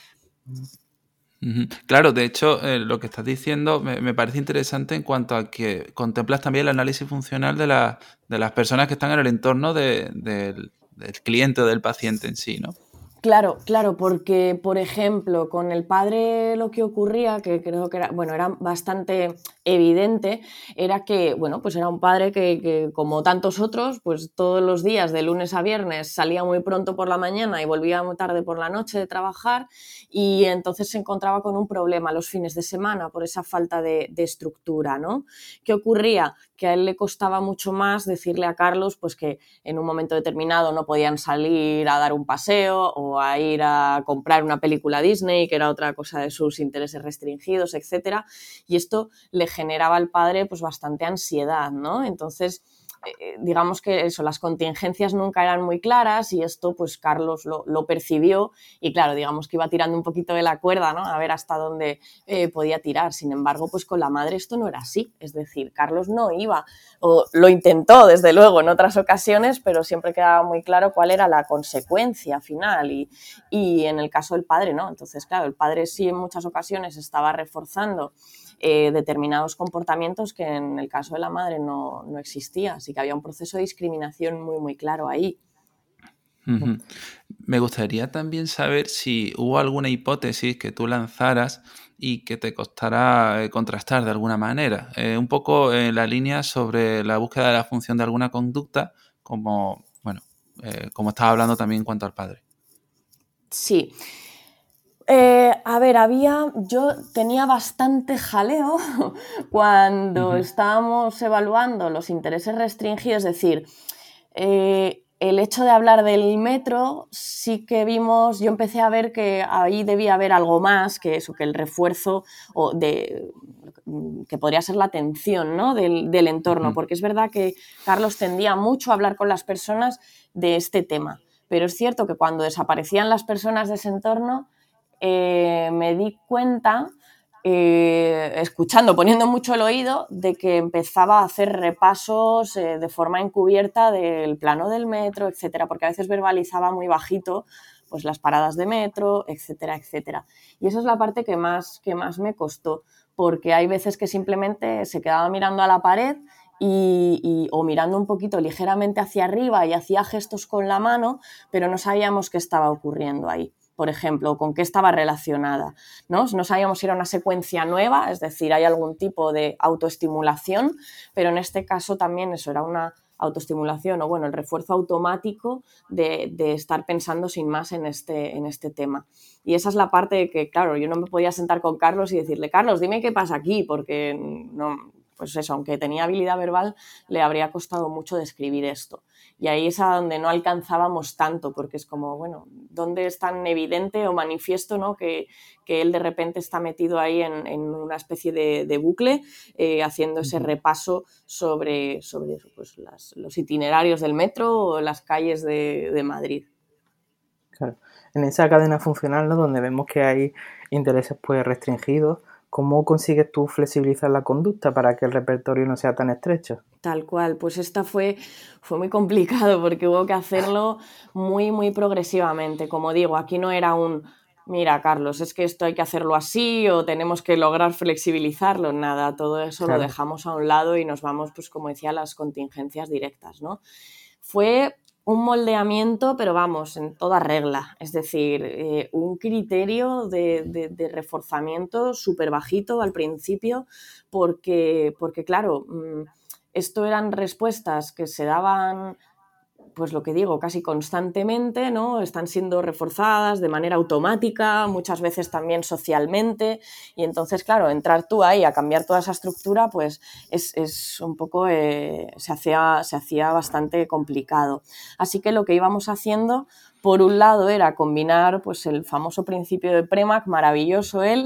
Claro, de hecho, eh, lo que estás diciendo me, me parece interesante en cuanto a que contemplas también el análisis funcional de, la, de las personas que están en el entorno de, de, del cliente o del paciente en sí, ¿no? Claro, claro, porque, por ejemplo, con el padre lo que ocurría, que creo que era, bueno, era bastante evidente, era que, bueno, pues era un padre que, que, como tantos otros, pues todos los días, de lunes a viernes, salía muy pronto por la mañana y volvía muy tarde por la noche de trabajar, y entonces se encontraba con un problema los fines de semana por esa falta de, de estructura, ¿no? ¿Qué ocurría? Que a él le costaba mucho más decirle a Carlos, pues que en un momento determinado no podían salir a dar un paseo o a ir a comprar una película Disney, que era otra cosa de sus intereses restringidos, etcétera. Y esto le generaba al padre pues bastante ansiedad, ¿no? Entonces, eh, digamos que eso, las contingencias nunca eran muy claras y esto pues Carlos lo, lo percibió y claro, digamos que iba tirando un poquito de la cuerda, ¿no? A ver hasta dónde eh, podía tirar. Sin embargo, pues con la madre esto no era así, es decir, Carlos no iba, o lo intentó desde luego en otras ocasiones, pero siempre quedaba muy claro cuál era la consecuencia final y, y en el caso del padre no. Entonces, claro, el padre sí en muchas ocasiones estaba reforzando Eh, determinados comportamientos que en el caso de la madre no, no existía, así que había un proceso de discriminación muy, muy claro ahí. Uh-huh. Me gustaría también saber si hubo alguna hipótesis que tú lanzaras y que te costara eh, contrastar de alguna manera, eh, un poco en la línea sobre la búsqueda de la función de alguna conducta, como, bueno, eh, como estaba hablando también en cuanto al padre. Sí. Eh, a ver, había, yo tenía bastante jaleo cuando uh-huh. estábamos evaluando los intereses restringidos, es decir, eh, el hecho de hablar del metro sí que vimos, yo empecé a ver que ahí debía haber algo más que eso, que el refuerzo o de, que podría ser la atención, ¿no? del, del entorno, uh-huh. porque es verdad que Carlos tendía mucho a hablar con las personas de este tema, pero es cierto que cuando desaparecían las personas de ese entorno, Eh, me di cuenta, eh, escuchando, poniendo mucho el oído, de que empezaba a hacer repasos eh, de forma encubierta del plano del metro, etcétera, porque a veces verbalizaba muy bajito pues, las paradas de metro, etcétera, etcétera. Y esa es la parte que más, que más me costó, porque hay veces que simplemente se quedaba mirando a la pared Y, y, o mirando un poquito ligeramente hacia arriba y hacía gestos con la mano, pero no sabíamos qué estaba ocurriendo ahí, por ejemplo, con qué estaba relacionada, ¿no? No sabíamos si era una secuencia nueva, es decir, hay algún tipo de autoestimulación, pero en este caso también eso era una autoestimulación o, bueno, el refuerzo automático de, de estar pensando sin más en este, en este tema. Y esa es la parte de que, claro, yo no me podía sentar con Carlos y decirle, Carlos, dime qué pasa aquí, porque no... pues eso, aunque tenía habilidad verbal, le habría costado mucho describir esto. Y ahí es a donde no alcanzábamos tanto, porque es como, bueno, ¿dónde es tan evidente o manifiesto, ¿no? que, que él de repente está metido ahí en, en una especie de, de bucle, eh, haciendo ese repaso sobre, sobre pues, las, los itinerarios del metro o las calles de, de Madrid? Claro. En esa cadena funcional, ¿no? Donde vemos que hay intereses pues restringidos, ¿cómo consigues tú flexibilizar la conducta para que el repertorio no sea tan estrecho? Tal cual, pues esta fue, fue muy complicado porque hubo que hacerlo muy, muy progresivamente. Como digo, aquí no era un, mira, Carlos, es que esto hay que hacerlo así o tenemos que lograr flexibilizarlo. Nada, todo eso claro. Lo dejamos a un lado y nos vamos, pues como decía, a las contingencias directas, ¿no? Fue un moldeamiento, pero vamos, en toda regla, es decir, eh, un criterio de, de, de reforzamiento súper bajito al principio, porque, porque claro, esto eran respuestas que se daban, pues lo que digo, casi constantemente, ¿no? Están siendo reforzadas de manera automática, muchas veces también socialmente, y entonces, claro, entrar tú ahí a cambiar toda esa estructura, pues es, es un poco, eh, se hacía, se hacía bastante complicado. Así que lo que íbamos haciendo, por un lado, era combinar pues, el famoso principio de Premack, maravilloso él,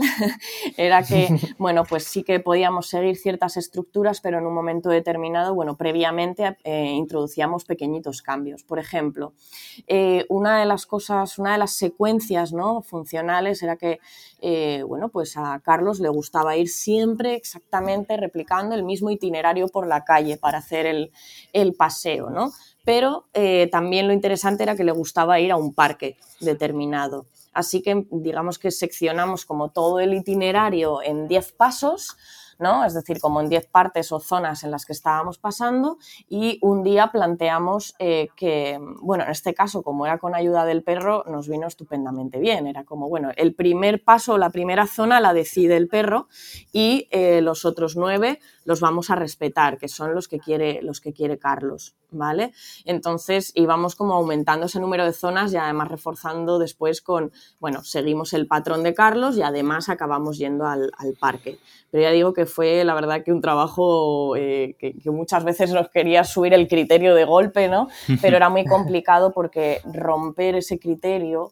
era que, bueno, pues sí que podíamos seguir ciertas estructuras, pero en un momento determinado, bueno, previamente eh, introducíamos pequeñitos cambios. Por ejemplo, eh, una de las cosas, una de las secuencias, ¿no?, funcionales era que, eh, bueno, pues a Carlos le gustaba ir siempre exactamente replicando el mismo itinerario por la calle para hacer el, el paseo, ¿no? Pero eh, también lo interesante era que le gustaba ir a un parque determinado. Así que digamos que seccionamos como todo el itinerario en diez pasos, ¿no? Es decir, como en diez partes o zonas en las que estábamos pasando, y un día planteamos eh, que, bueno, en este caso, como era con ayuda del perro, nos vino estupendamente bien. Era como, bueno, el primer paso o la primera zona la decide el perro y eh, los otros nueve los vamos a respetar, que son los que quiere, los que quiere Carlos, ¿vale? Entonces íbamos como aumentando ese número de zonas y además reforzando después con, bueno, seguimos el patrón de Carlos y además acabamos yendo al, al parque. Pero ya digo que fue la verdad que un trabajo eh, que, que muchas veces nos quería subir el criterio de golpe, ¿no? Pero era muy complicado porque romper ese criterio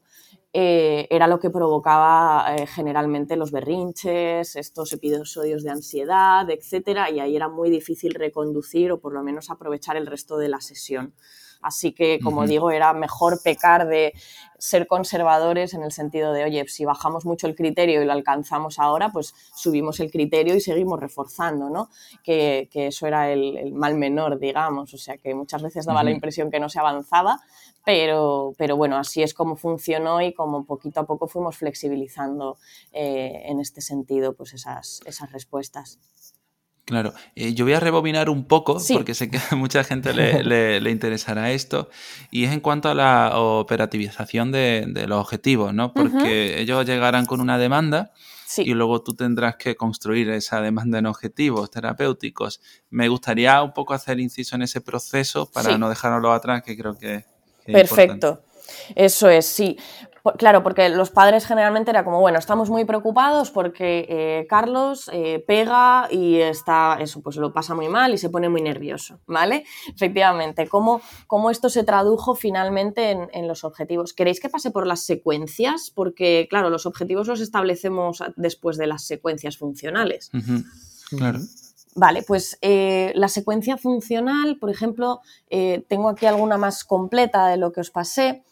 Eh, era lo que provocaba eh, generalmente los berrinches, estos episodios de ansiedad, etcétera, y ahí era muy difícil reconducir o por lo menos aprovechar el resto de la sesión. Así que, como uh-huh. digo, era mejor pecar de ser conservadores en el sentido de, oye, si bajamos mucho el criterio y lo alcanzamos ahora, pues subimos el criterio y seguimos reforzando, ¿no? Que, que eso era el, el mal menor, digamos. O sea, que muchas veces daba uh-huh. la impresión que no se avanzaba, pero, pero bueno, así es como funcionó y como poquito a poco fuimos flexibilizando eh, en este sentido pues esas, esas respuestas. Claro, eh, yo voy a rebobinar un poco sí. porque sé que a mucha gente le, le, le interesará esto, y es en cuanto a la operativización de, de los objetivos, ¿no? Porque uh-huh. ellos llegarán con una demanda sí. y luego tú tendrás que construir esa demanda en objetivos terapéuticos. Me gustaría un poco hacer inciso en ese proceso para sí. no dejárnoslo atrás, que creo que, que es Perfecto. importante. Eso es, sí. Claro, porque los padres generalmente era como, bueno, estamos muy preocupados porque eh, Carlos eh, pega y está, eso, pues lo pasa muy mal y se pone muy nervioso, ¿vale? Efectivamente, ¿cómo, cómo esto se tradujo finalmente en, en los objetivos? ¿Queréis que pase por las secuencias? Porque, claro, los objetivos los establecemos después de las secuencias funcionales. Uh-huh. Claro. Vale, pues eh, la secuencia funcional, por ejemplo, eh, tengo aquí alguna más completa de lo que os pasé.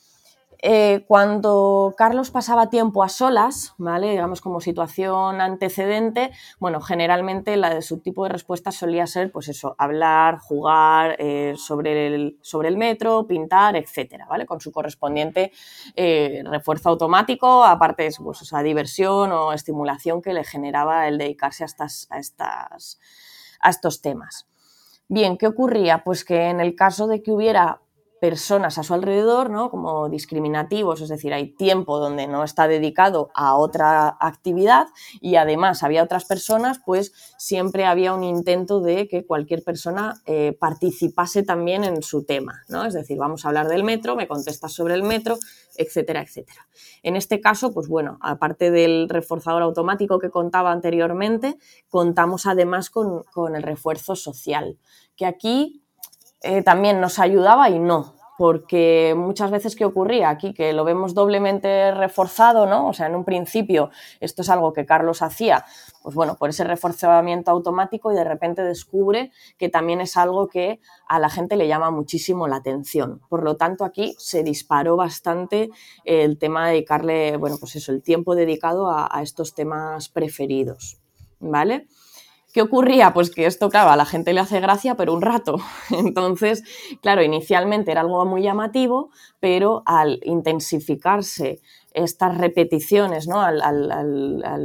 Eh, cuando Carlos pasaba tiempo a solas, ¿vale? Digamos como situación antecedente, bueno, generalmente la de su tipo de respuesta solía ser, pues eso, hablar, jugar eh, sobre, el, sobre el metro, pintar, etcétera, ¿vale? Con su correspondiente eh, refuerzo automático, aparte pues esa diversión o estimulación que le generaba el dedicarse a, estas, a, estas, a estos temas. Bien, ¿qué ocurría? Pues que en el caso de que hubiera personas a su alrededor, ¿no? Como discriminativos, es decir, hay tiempo donde no está dedicado a otra actividad y además había otras personas, pues siempre había un intento de que cualquier persona eh, participase también en su tema, ¿no? Es decir, vamos a hablar del metro, me contestas sobre el metro, etcétera, etcétera. En este caso, pues bueno, aparte del reforzador automático que contaba anteriormente, contamos además con, con el refuerzo social, que aquí Eh, también nos ayudaba y no, porque muchas veces ¿qué ocurría aquí? Que lo vemos doblemente reforzado, ¿no? O sea, en un principio esto es algo que Carlos hacía, pues bueno, por ese reforzamiento automático y de repente descubre que también es algo que a la gente le llama muchísimo la atención. Por lo tanto, aquí se disparó bastante el tema de dedicarle, bueno, pues eso, el tiempo dedicado a, a estos temas preferidos, ¿vale? ¿Qué ocurría? Pues que esto, claro, a la gente le hace gracia, pero un rato. Entonces, claro, inicialmente era algo muy llamativo, pero al intensificarse estas repeticiones, ¿no? Al, al, al, al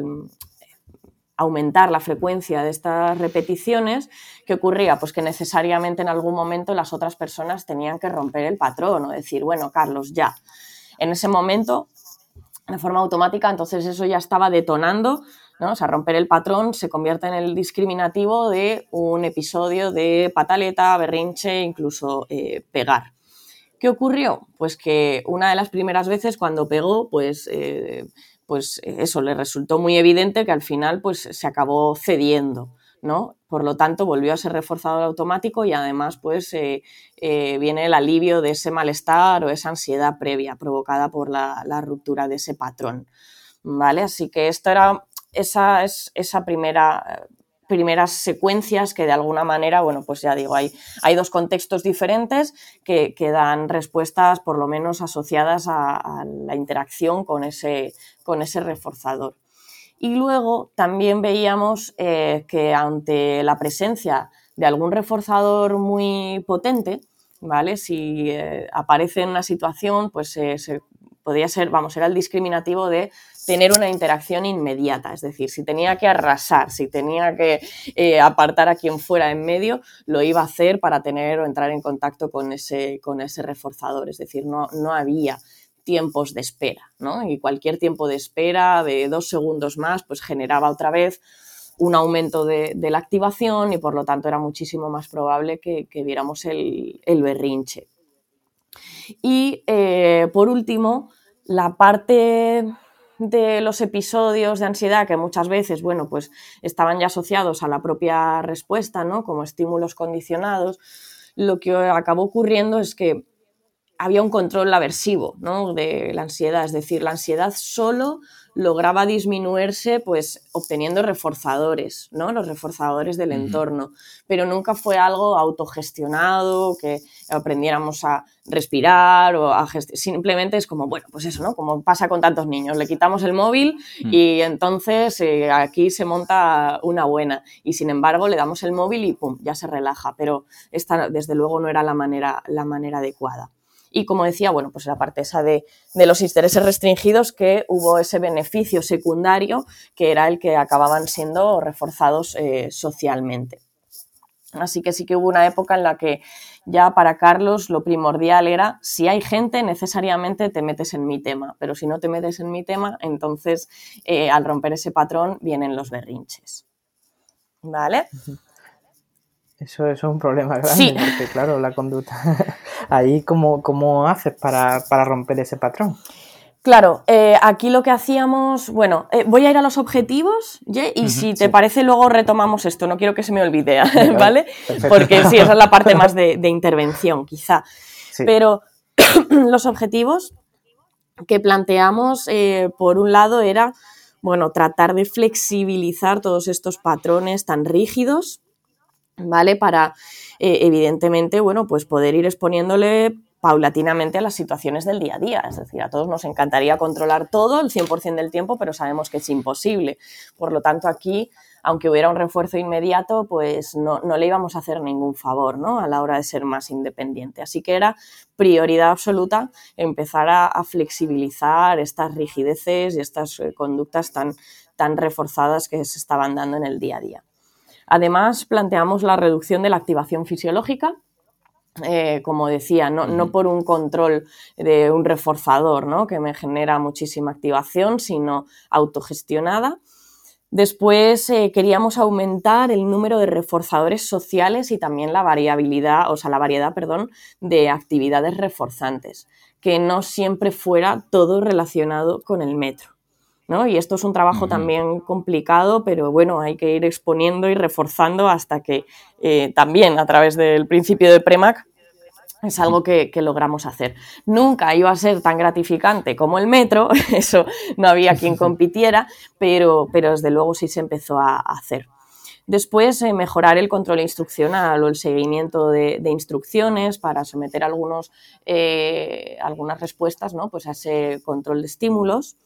aumentar la frecuencia de estas repeticiones, ¿qué ocurría? Pues que necesariamente en algún momento las otras personas tenían que romper el patrón o decir, bueno, Carlos, ya. En ese momento, de forma automática, entonces eso ya estaba detonando ¿no? O sea, romper el patrón se convierte en el discriminativo de un episodio de pataleta, berrinche, incluso eh, pegar. ¿Qué ocurrió? Pues que una de las primeras veces cuando pegó, pues, eh, pues eso, le resultó muy evidente que al final pues, se acabó cediendo, ¿no? Por lo tanto, volvió a ser reforzador automático y además pues, eh, eh, viene el alivio de ese malestar o esa ansiedad previa provocada por la, la ruptura de ese patrón, ¿vale? Así que esto era esa, es, esa primera... primeras secuencias que de alguna manera, bueno, pues ya digo, hay, hay dos contextos diferentes que, que dan respuestas por lo menos asociadas a, a la interacción con ese, con ese reforzador. Y luego también veíamos eh, que ante la presencia de algún reforzador muy potente, ¿vale? Si eh, aparece en una situación, pues eh, se podría ser, vamos, era el discriminativo de tener una interacción inmediata, es decir, si tenía que arrasar, si tenía que eh, apartar a quien fuera en medio, lo iba a hacer para tener o entrar en contacto con ese, con ese reforzador, es decir, no, no había tiempos de espera, ¿no? Y cualquier tiempo de espera de dos segundos más, pues generaba otra vez un aumento de, de la activación y por lo tanto era muchísimo más probable que, que viéramos el, el berrinche. Y eh, por último, la parte de los episodios de ansiedad que muchas veces, bueno, pues estaban ya asociados a la propia respuesta, ¿no? Como estímulos condicionados, lo que acabó ocurriendo es que había un control aversivo, ¿no? De la ansiedad, es decir, la ansiedad solo lograba disminuirse pues obteniendo reforzadores, ¿no? Los reforzadores del uh-huh. entorno, pero nunca fue algo autogestionado, que aprendiéramos a respirar o a gestionar, simplemente es como, bueno, pues eso, ¿no? Como pasa con tantos niños, le quitamos el móvil uh-huh. y entonces eh, aquí se monta una buena y sin embargo le damos el móvil y pum, ya se relaja, pero esta desde luego no era la manera, la manera adecuada. Y como decía, bueno, pues la parte esa de, de los intereses restringidos, que hubo ese beneficio secundario que era el que acababan siendo reforzados eh, socialmente. Así que sí que hubo una época en la que ya para Carlos lo primordial era, si hay gente, necesariamente te metes en mi tema, pero si no te metes en mi tema, entonces eh, al romper ese patrón vienen los berrinches. ¿Vale? Eso, eso es un problema grande, sí. porque claro, la conducta... Ahí, ¿cómo, cómo haces para, para romper ese patrón? Claro, eh, aquí lo que hacíamos... Bueno, eh, voy a ir a los objetivos, ¿ye? Y uh-huh, si te sí. parece luego retomamos esto, no quiero que se me olvide, claro, ¿vale? Perfecto. Porque sí, esa es la parte más de, de intervención, quizá. Sí. Pero los objetivos que planteamos, eh, por un lado, era, bueno, tratar de flexibilizar todos estos patrones tan rígidos, ¿vale? Para, eh, evidentemente, bueno, pues poder ir exponiéndole paulatinamente a las situaciones del día a día. Es decir, a todos nos encantaría controlar todo el cien por ciento del tiempo, pero sabemos que es imposible. Por lo tanto, aquí, aunque hubiera un refuerzo inmediato, pues no, no le íbamos a hacer ningún favor, ¿no? A la hora de ser más independiente. Así que era prioridad absoluta empezar a, a flexibilizar estas rigideces y estas eh, conductas tan, tan reforzadas que se estaban dando en el día a día. Además, planteamos la reducción de la activación fisiológica, eh, como decía, no, no por un control de un reforzador, ¿no? Que me genera muchísima activación, sino autogestionada. Después eh, queríamos aumentar el número de reforzadores sociales y también la variabilidad, o sea, la variedad, perdón, de actividades reforzantes, que no siempre fuera todo relacionado con el metro, ¿no? Y esto es un trabajo uh-huh. también complicado, pero bueno, hay que ir exponiendo y reforzando hasta que eh, también a través del principio de Premack es algo que, que logramos hacer. Nunca iba a ser tan gratificante como el metro, eso no había quien compitiera, pero, pero desde luego sí se empezó a, a hacer. Después, eh, mejorar el control instruccional o el seguimiento de, de instrucciones para someter algunos, eh, algunas respuestas, ¿no? Pues a ese control de estímulos.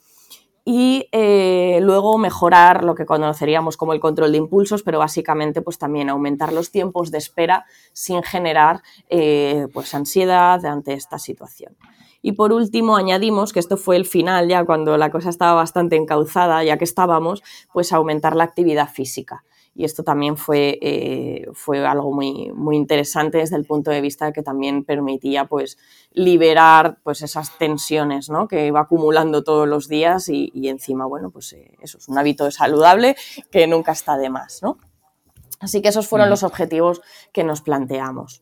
Y eh, luego mejorar lo que conoceríamos como el control de impulsos, pero básicamente pues también aumentar los tiempos de espera sin generar eh, pues ansiedad ante esta situación. Y por último añadimos, que esto fue el final ya cuando la cosa estaba bastante encauzada, ya que estábamos, pues aumentar la actividad física. y esto también fue, eh, fue algo muy, muy interesante desde el punto de vista de que también permitía pues, liberar pues, esas tensiones, ¿no? Que iba acumulando todos los días y, y encima, bueno, pues eh, eso es un hábito saludable que nunca está de más, ¿no? Así que esos fueron mm. los objetivos que nos planteamos.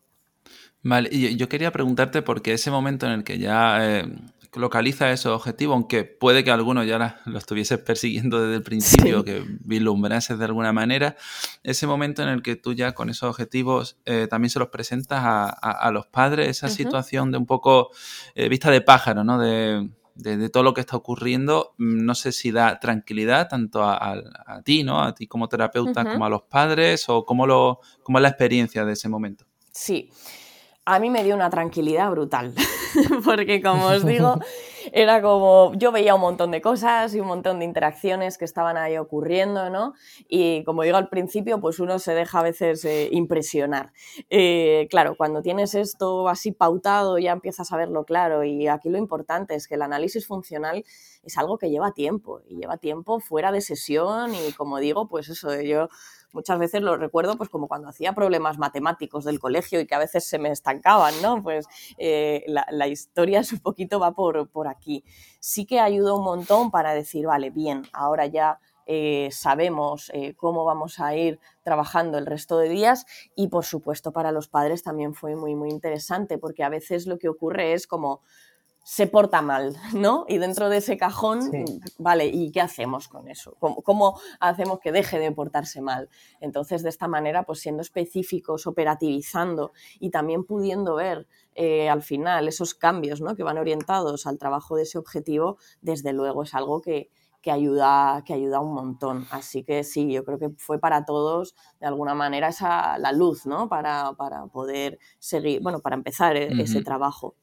Vale, y yo quería preguntarte porque ese momento en el que ya eh, localizas esos objetivos, aunque puede que algunos ya los estuvieses persiguiendo desde el principio, sí. que vislumbrases de alguna manera, ese momento en el que tú ya con esos objetivos eh, también se los presentas a, a, a los padres, esa uh-huh. situación de un poco eh, vista de pájaro, ¿no? De, de, de todo lo que está ocurriendo, no sé si da tranquilidad tanto a, a, a ti, ¿no? A ti como terapeuta, uh-huh. como a los padres, o cómo, lo, cómo es la experiencia de ese momento. Sí. A mí me dio una tranquilidad brutal, porque como os digo, era como, yo veía un montón de cosas y un montón de interacciones que estaban ahí ocurriendo, ¿no? Y como digo al principio, pues uno se deja a veces eh, impresionar. Eh, claro, cuando tienes esto así pautado ya empiezas a verlo claro, y aquí lo importante es que el análisis funcional es algo que lleva tiempo, y lleva tiempo fuera de sesión, y como digo, pues eso, yo... muchas veces lo recuerdo pues como cuando hacía problemas matemáticos del colegio y que a veces se me estancaban, ¿no? Pues eh, la, la historia es un poquito va por, por aquí. Sí que ayuda un montón para decir, vale, bien, ahora ya eh, sabemos eh, cómo vamos a ir trabajando el resto de días, y por supuesto para los padres también fue muy, muy interesante, porque a veces lo que ocurre es como se porta mal, ¿no? Y dentro de ese cajón, sí. Vale, ¿y qué hacemos con eso? ¿Cómo, ¿Cómo hacemos que deje de portarse mal? Entonces, de esta manera, pues siendo específicos, operativizando y también pudiendo ver eh, al final esos cambios, ¿no? Que van orientados al trabajo de ese objetivo, desde luego es algo que, que, ayuda, que ayuda un montón. Así que sí, yo creo que fue para todos, de alguna manera, esa, la luz, ¿no? Para, para poder seguir, bueno, para empezar uh-huh. ese trabajo.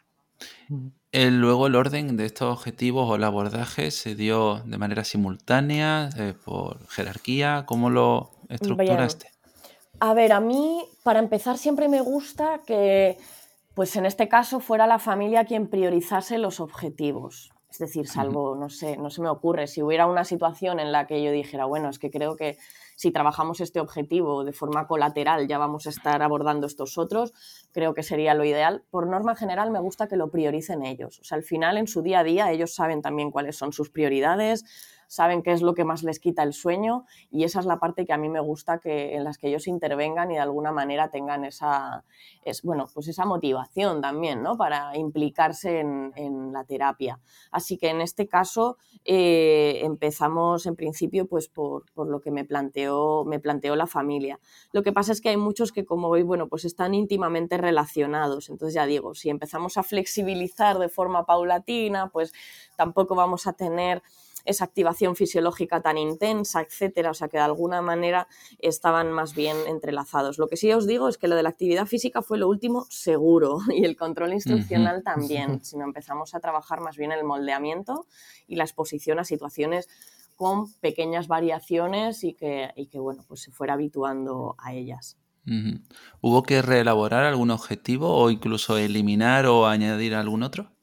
El, luego el orden de estos objetivos o el abordaje se dio de manera simultánea, eh, por jerarquía. ¿Cómo lo estructuraste? Bien. A ver, a mí, para empezar, siempre me gusta que, pues en este caso, fuera la familia quien priorizase los objetivos. Es decir, salvo, no sé, no se me ocurre, si hubiera una situación en la que yo dijera, bueno, es que creo que si trabajamos este objetivo de forma colateral ya vamos a estar abordando estos otros, creo que sería lo ideal. Por norma general me gusta que lo prioricen ellos. O sea, al final en su día a día ellos saben también cuáles son sus prioridades, saben qué es lo que más les quita el sueño, y esa es la parte que a mí me gusta, que en las que ellos intervengan y de alguna manera tengan esa, es, bueno, pues esa motivación también, ¿no? Para implicarse en, en la terapia. Así que en este caso eh, empezamos en principio pues por, por lo que me planteó, me planteó la familia. Lo que pasa es que hay muchos que, como veis, bueno, pues están íntimamente relacionados. Entonces ya digo, si empezamos a flexibilizar de forma paulatina, pues tampoco vamos a tener esa activación fisiológica tan intensa, etcétera. O sea que de alguna manera estaban más bien entrelazados. Lo que sí os digo es que lo de la actividad física fue lo último seguro, y el control instruccional uh-huh. también, sino empezamos a trabajar más bien el moldeamiento y la exposición a situaciones con pequeñas variaciones y que, y que bueno, pues se fuera habituando a ellas. Uh-huh. ¿Hubo que reelaborar algún objetivo o incluso eliminar o añadir algún otro?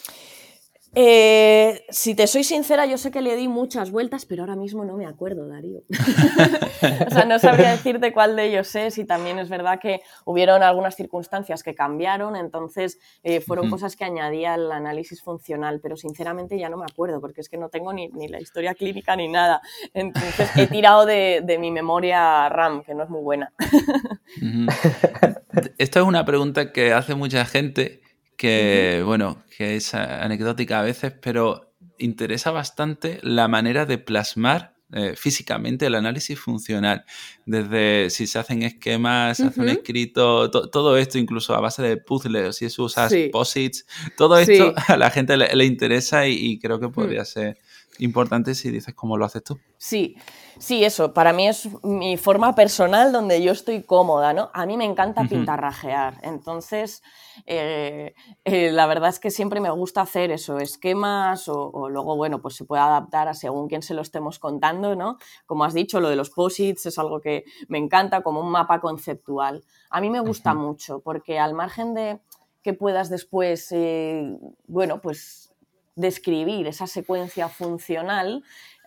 Eh, si te soy sincera, yo sé que le di muchas vueltas, pero ahora mismo no me acuerdo, Darío. O sea, no sabría decirte cuál de ellos es, y también es verdad que hubieron algunas circunstancias que cambiaron, entonces eh, fueron uh-huh. cosas que añadía al análisis funcional, pero sinceramente ya no me acuerdo, porque es que no tengo ni, ni la historia clínica ni nada. Entonces he tirado de, de mi memoria RAM, que no es muy buena. Uh-huh. Esta es una pregunta que hace mucha gente, que, uh-huh. bueno, que es anecdótica a veces, pero interesa bastante la manera de plasmar eh, físicamente el análisis funcional. Desde si se hacen esquemas, se uh-huh. hace un escrito, to, todo esto, incluso a base de puzzles, si usas sí. posits, todo esto sí. a la gente le, le interesa, y, y creo que podría uh-huh. ser importante si dices cómo lo haces tú. Sí, sí, eso, para mí es mi forma personal donde yo estoy cómoda, ¿no? A mí me encanta uh-huh. pintarrajear, entonces eh, eh, la verdad es que siempre me gusta hacer eso, esquemas, o, o luego, bueno, pues se puede adaptar a según quién se lo estemos contando, ¿no? Como has dicho, lo de los posits es algo que me encanta, como un mapa conceptual. A mí me gusta uh-huh. mucho, porque al margen de que puedas después, eh, bueno, pues describir esa secuencia funcional,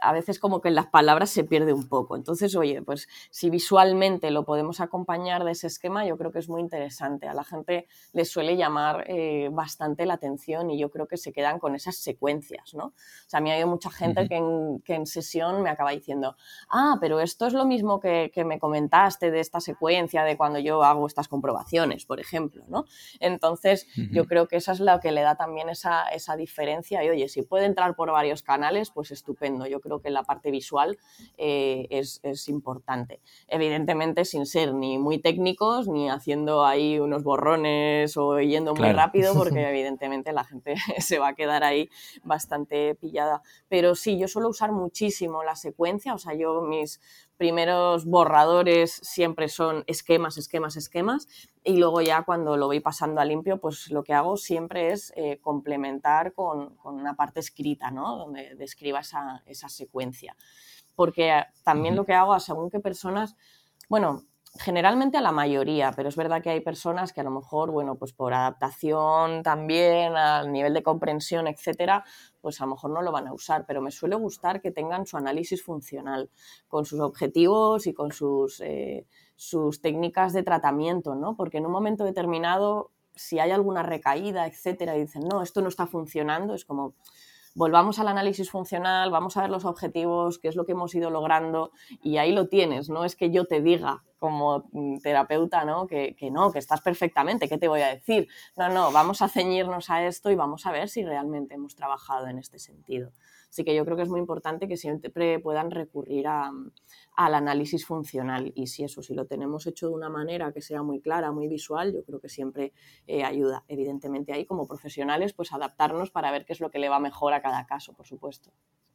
a veces como que en las palabras se pierde un poco. Entonces, oye, pues si visualmente lo podemos acompañar de ese esquema, yo creo que es muy interesante. A la gente le suele llamar eh, bastante la atención y yo creo que se quedan con esas secuencias, ¿no? O sea, a mí ha habido mucha gente uh-huh. que, en, que en sesión me acaba diciendo, ah, pero esto es lo mismo que, que me comentaste de esta secuencia de cuando yo hago estas comprobaciones, por ejemplo, ¿no? Entonces, uh-huh. yo creo que esa es lo que le da también esa, esa diferencia y, oye, si puede entrar por varios canales, pues estupendo. Yo creo que la parte visual eh, es, es importante. Evidentemente, sin ser ni muy técnicos, ni haciendo ahí unos borrones o yendo muy claro. rápido, porque evidentemente la gente se va a quedar ahí bastante pillada. Pero sí, yo suelo usar muchísimo la secuencia, o sea, yo mis primeros borradores siempre son esquemas, esquemas, esquemas, y luego ya cuando lo voy pasando a limpio, pues lo que hago siempre es eh, complementar con, con una parte escrita, ¿no? Donde describa esa, esa secuencia. Porque también uh-huh. lo que hago a según qué personas, bueno, generalmente a la mayoría, pero es verdad que hay personas que a lo mejor, bueno, pues por adaptación también, al nivel de comprensión, etcétera, pues a lo mejor no lo van a usar, pero me suele gustar que tengan su análisis funcional, con sus objetivos y con sus, eh, sus técnicas de tratamiento, ¿no? Porque en un momento determinado, si hay alguna recaída, etcétera, y dicen, no, esto no está funcionando, es como... volvamos al análisis funcional, vamos a ver los objetivos, qué es lo que hemos ido logrando y ahí lo tienes, no es que yo te diga como terapeuta, ¿no? Que, que no, que estás perfectamente, ¿qué te voy a decir? No, no, vamos a ceñirnos a esto y vamos a ver si realmente hemos trabajado en este sentido. Así que yo creo que es muy importante que siempre puedan recurrir a, al análisis funcional y si eso, si lo tenemos hecho de una manera que sea muy clara, muy visual, yo creo que siempre eh, ayuda. Evidentemente ahí como profesionales pues adaptarnos para ver qué es lo que le va mejor a cada caso, por supuesto.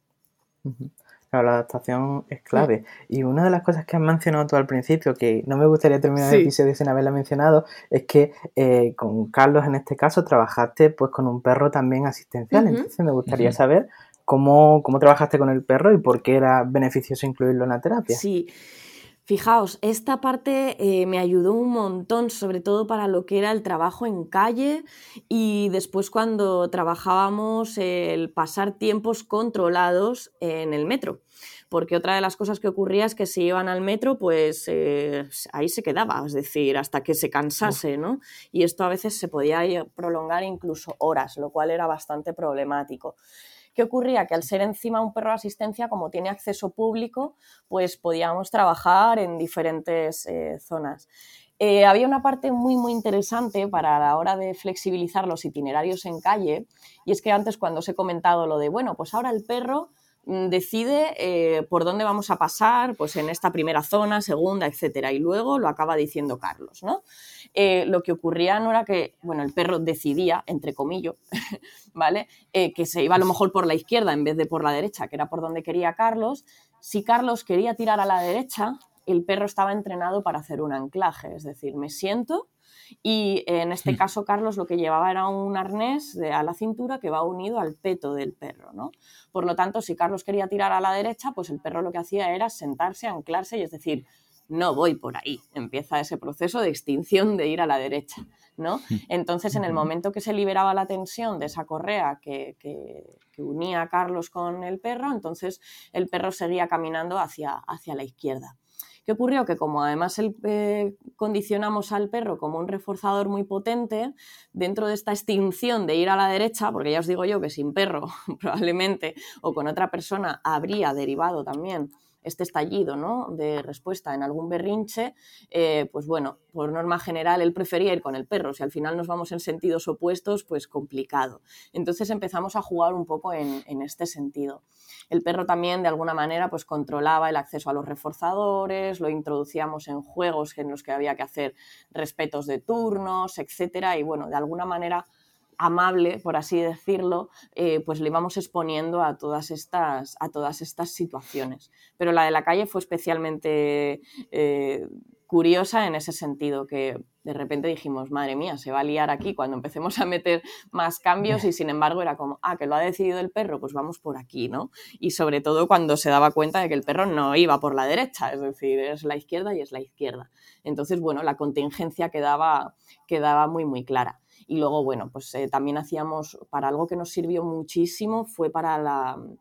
Claro, la adaptación es clave. Sí. Y una de las cosas que has mencionado tú al principio, que no me gustaría terminar sí. el episodio sin haberla mencionado, es que eh, con Carlos, en este caso, trabajaste pues con un perro también asistencial. Uh-huh. Entonces me gustaría uh-huh. saber cómo, cómo trabajaste con el perro y por qué era beneficioso incluirlo en la terapia. Sí. Fijaos, esta parte eh, me ayudó un montón, sobre todo para lo que era el trabajo en calle y después cuando trabajábamos el pasar tiempos controlados en el metro. Porque otra de las cosas que ocurría es que si iban al metro, pues eh, ahí se quedaba, es decir, hasta que se cansase, ¿no? Y esto a veces se podía prolongar incluso horas, lo cual era bastante problemático. ¿Qué ocurría? Que al ser encima un perro de asistencia, como tiene acceso público, pues podíamos trabajar en diferentes eh, zonas. Eh, había una parte muy, muy interesante para la hora de flexibilizar los itinerarios en calle, y es que antes cuando os he comentado lo de, bueno, pues ahora el perro decide eh, por dónde vamos a pasar, pues en esta primera zona, segunda, etcétera, y luego lo acaba diciendo Carlos, ¿no? Eh, lo que ocurría no era que, bueno, el perro decidía, entre comillas, ¿vale? Eh, que se iba a lo mejor por la izquierda en vez de por la derecha, que era por donde quería Carlos. Si Carlos quería tirar a la derecha, el perro estaba entrenado para hacer un anclaje, es decir, me siento y en este caso Carlos lo que llevaba era un arnés de, a la cintura que va unido al peto del perro, ¿no? Por lo tanto, si Carlos quería tirar a la derecha, pues el perro lo que hacía era sentarse, anclarse y es decir, no voy por ahí. Empieza ese proceso de extinción de ir a la derecha, ¿no? Entonces, en el momento que se liberaba la tensión de esa correa que, que, que unía a Carlos con el perro, entonces el perro seguía caminando hacia, hacia la izquierda. ¿Qué ocurrió? Que como además el, eh, condicionamos al perro como un reforzador muy potente, dentro de esta extinción de ir a la derecha, porque ya os digo yo que sin perro probablemente o con otra persona habría derivado también este estallido, ¿no?, de respuesta en algún berrinche, eh, pues bueno, por norma general él prefería ir con el perro. Si al final nos vamos en sentidos opuestos, pues complicado. Entonces empezamos a jugar un poco en, en este sentido. El perro también, de alguna manera, pues controlaba el acceso a los reforzadores, lo introducíamos en juegos en los que había que hacer respetos de turnos, etcétera, y bueno, de alguna manera amable, por así decirlo, eh, pues le íbamos exponiendo a todas estas, a todas estas situaciones. Pero la de la calle fue especialmente eh, curiosa en ese sentido, que de repente dijimos, madre mía, se va a liar aquí cuando empecemos a meter más cambios y sin embargo era como, ah, que lo ha decidido el perro, pues vamos por aquí, ¿no? Y sobre todo cuando se daba cuenta de que el perro no iba por la derecha, es decir, es la izquierda y es la izquierda. Entonces, bueno, la contingencia quedaba, quedaba muy, muy clara. Y luego, bueno, pues eh, también hacíamos, para algo que nos sirvió muchísimo, fue para la,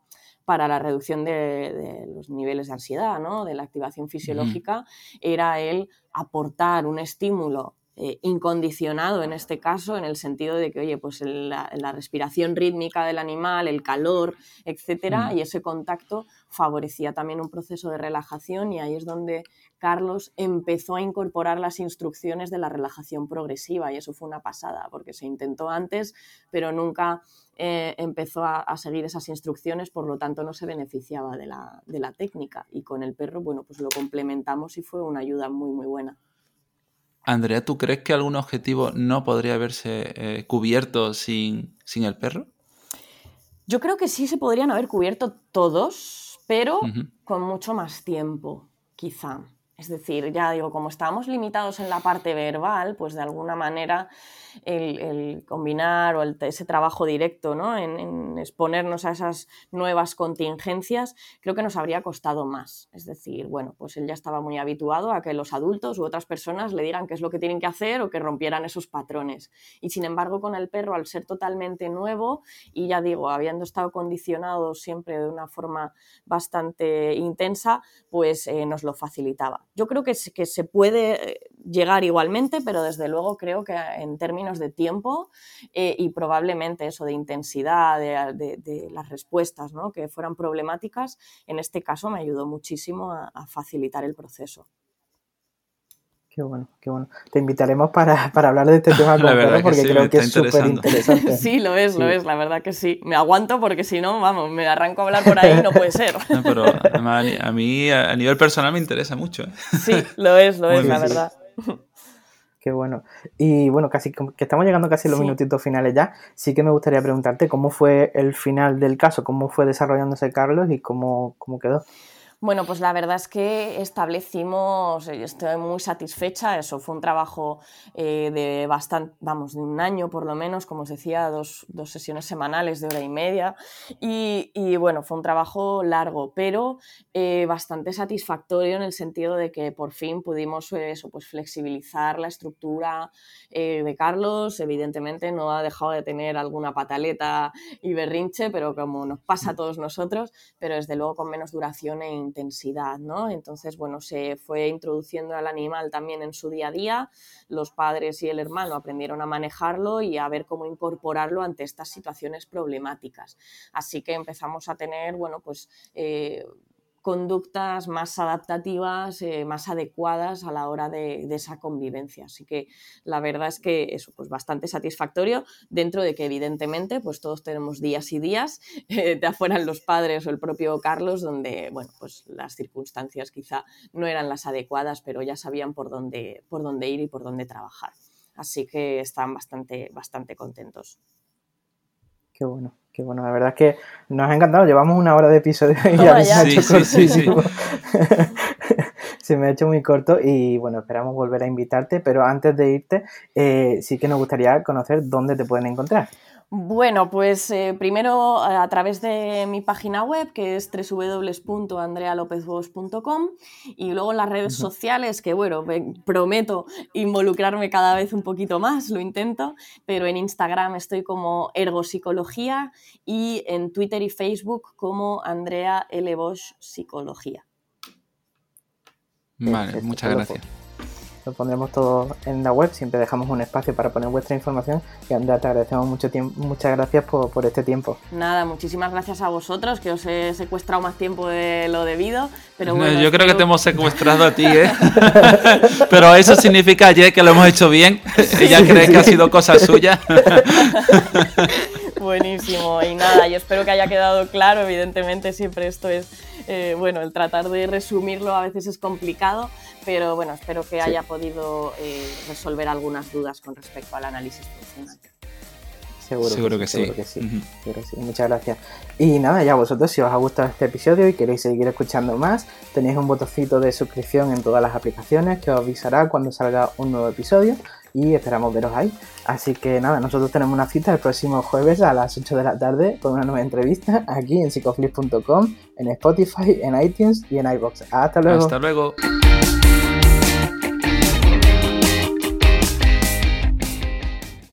para la reducción de, de los niveles de ansiedad, ¿no? De la activación fisiológica, mm. era el aportar un estímulo eh, incondicionado en este caso, en el sentido de que, oye, pues la, la respiración rítmica del animal, el calor, etcétera, mm. y ese contacto favorecía también un proceso de relajación, y ahí es donde Carlos empezó a incorporar las instrucciones de la relajación progresiva, y eso fue una pasada, porque se intentó antes, pero nunca eh, empezó a, a seguir esas instrucciones, por lo tanto no se beneficiaba de la, de la técnica, y con el perro, bueno, pues lo complementamos y fue una ayuda muy, muy buena. Andrea, ¿tú crees que algún objetivo no podría haberse eh, cubierto sin, sin el perro? Yo creo que sí se podrían haber cubierto todos, pero uh-huh. con mucho más tiempo, quizá. Es decir, ya digo, como estábamos limitados en la parte verbal, pues de alguna manera el, el combinar o el, ese trabajo directo, ¿no? en, en exponernos a esas nuevas contingencias, creo que nos habría costado más. Es decir, bueno, pues él ya estaba muy habituado a que los adultos u otras personas le digan qué es lo que tienen que hacer o que rompieran esos patrones. Y sin embargo, con el perro, al ser totalmente nuevo y ya digo, habiendo estado condicionado siempre de una forma bastante intensa, pues eh, nos lo facilitaba. Yo creo que, que se puede llegar igualmente, pero desde luego creo que en términos de tiempo eh, y probablemente eso de intensidad, de, de, de las respuestas, ¿no? que fueran problemáticas, en este caso me ayudó muchísimo a, a facilitar el proceso. Qué bueno, qué bueno. Te invitaremos para, para hablar de este tema con Pedro, porque sí, creo que es súper interesante. Sí, lo es, sí. lo es, la verdad que sí. Me aguanto porque si no, vamos, me arranco a hablar por ahí, no puede ser. No, pero además, a mí, a nivel personal, me interesa mucho. ¿eh? Sí, lo es, lo Muy es, bien, la sí. verdad. Qué bueno. Y bueno, casi que estamos llegando casi a los sí. minutitos finales ya. Sí que me gustaría preguntarte cómo fue el final del caso, cómo fue desarrollándose Carlos y cómo, cómo quedó. Bueno, pues la verdad es que establecimos, estoy muy satisfecha, eso fue un trabajo eh, de bastante, vamos, de un año por lo menos, como os decía, dos, dos sesiones semanales de hora y media y, y bueno, fue un trabajo largo, pero eh, bastante satisfactorio en el sentido de que por fin pudimos eso, pues flexibilizar la estructura eh, de Carlos. Evidentemente no ha dejado de tener alguna pataleta y berrinche, pero como nos pasa a todos nosotros, pero desde luego con menos duración e intensidad, ¿no? Entonces, bueno, se fue introduciendo al animal también en su día a día, los padres y el hermano aprendieron a manejarlo y a ver cómo incorporarlo ante estas situaciones problemáticas. Así que empezamos a tener, bueno, pues eh, conductas más adaptativas, eh, más adecuadas a la hora de, de esa convivencia. Así que la verdad es que eso, pues bastante satisfactorio, dentro de que evidentemente pues todos tenemos días y días, eh, ya fueran los padres o el propio Carlos, donde bueno, pues las circunstancias quizá no eran las adecuadas, pero ya sabían por dónde, por dónde ir y por dónde trabajar. Así que están bastante, bastante contentos. Qué bueno, qué bueno. La verdad es que nos ha encantado. Llevamos una hora de episodio y Toma ya, ya. se me ha hecho Sí, cortísimo. sí, sí. Se me ha hecho muy corto y bueno, esperamos volver a invitarte, pero antes de irte eh, sí que nos gustaría conocer dónde te pueden encontrar. Bueno, pues eh, primero a través de mi página web, que es doble u doble u doble u punto andrea lopez bosch punto com, y luego en las redes uh-huh. sociales, que bueno, me prometo involucrarme cada vez un poquito más, lo intento, pero en Instagram estoy como Ergopsicología y en Twitter y Facebook como Andrea L. Bosch Psicología. Vale, Perfecto, muchas gracias. Lo pondremos todo en la web, siempre dejamos un espacio para poner vuestra información y Andrea, te agradecemos mucho tiempo, muchas gracias por, por este tiempo. Nada, muchísimas gracias a vosotros, que os he secuestrado más tiempo de lo debido, pero bueno... No, yo creo que te hemos secuestrado a ti, ¿eh? Pero eso significa ayer que lo hemos hecho bien, sí, ella cree sí. que ha sido cosa suya. Buenísimo, y nada, yo espero que haya quedado claro, evidentemente siempre esto es, eh, bueno, el tratar de resumirlo a veces es complicado, pero bueno, espero que sí. haya podido eh, resolver algunas dudas con respecto al análisis funcional. Seguro, seguro que, que sí, sí. Seguro que sí. Uh-huh. Seguro que sí. Muchas gracias. Y nada, ya vosotros, si os ha gustado este episodio y queréis seguir escuchando más, tenéis un botoncito de suscripción en todas las aplicaciones que os avisará cuando salga un nuevo episodio y esperamos veros ahí. Así que nada, nosotros tenemos una cita el próximo jueves a las ocho de la tarde con una nueva entrevista aquí en psicoflix punto com, en Spotify, en iTunes y en iVoox. Hasta luego. Hasta luego.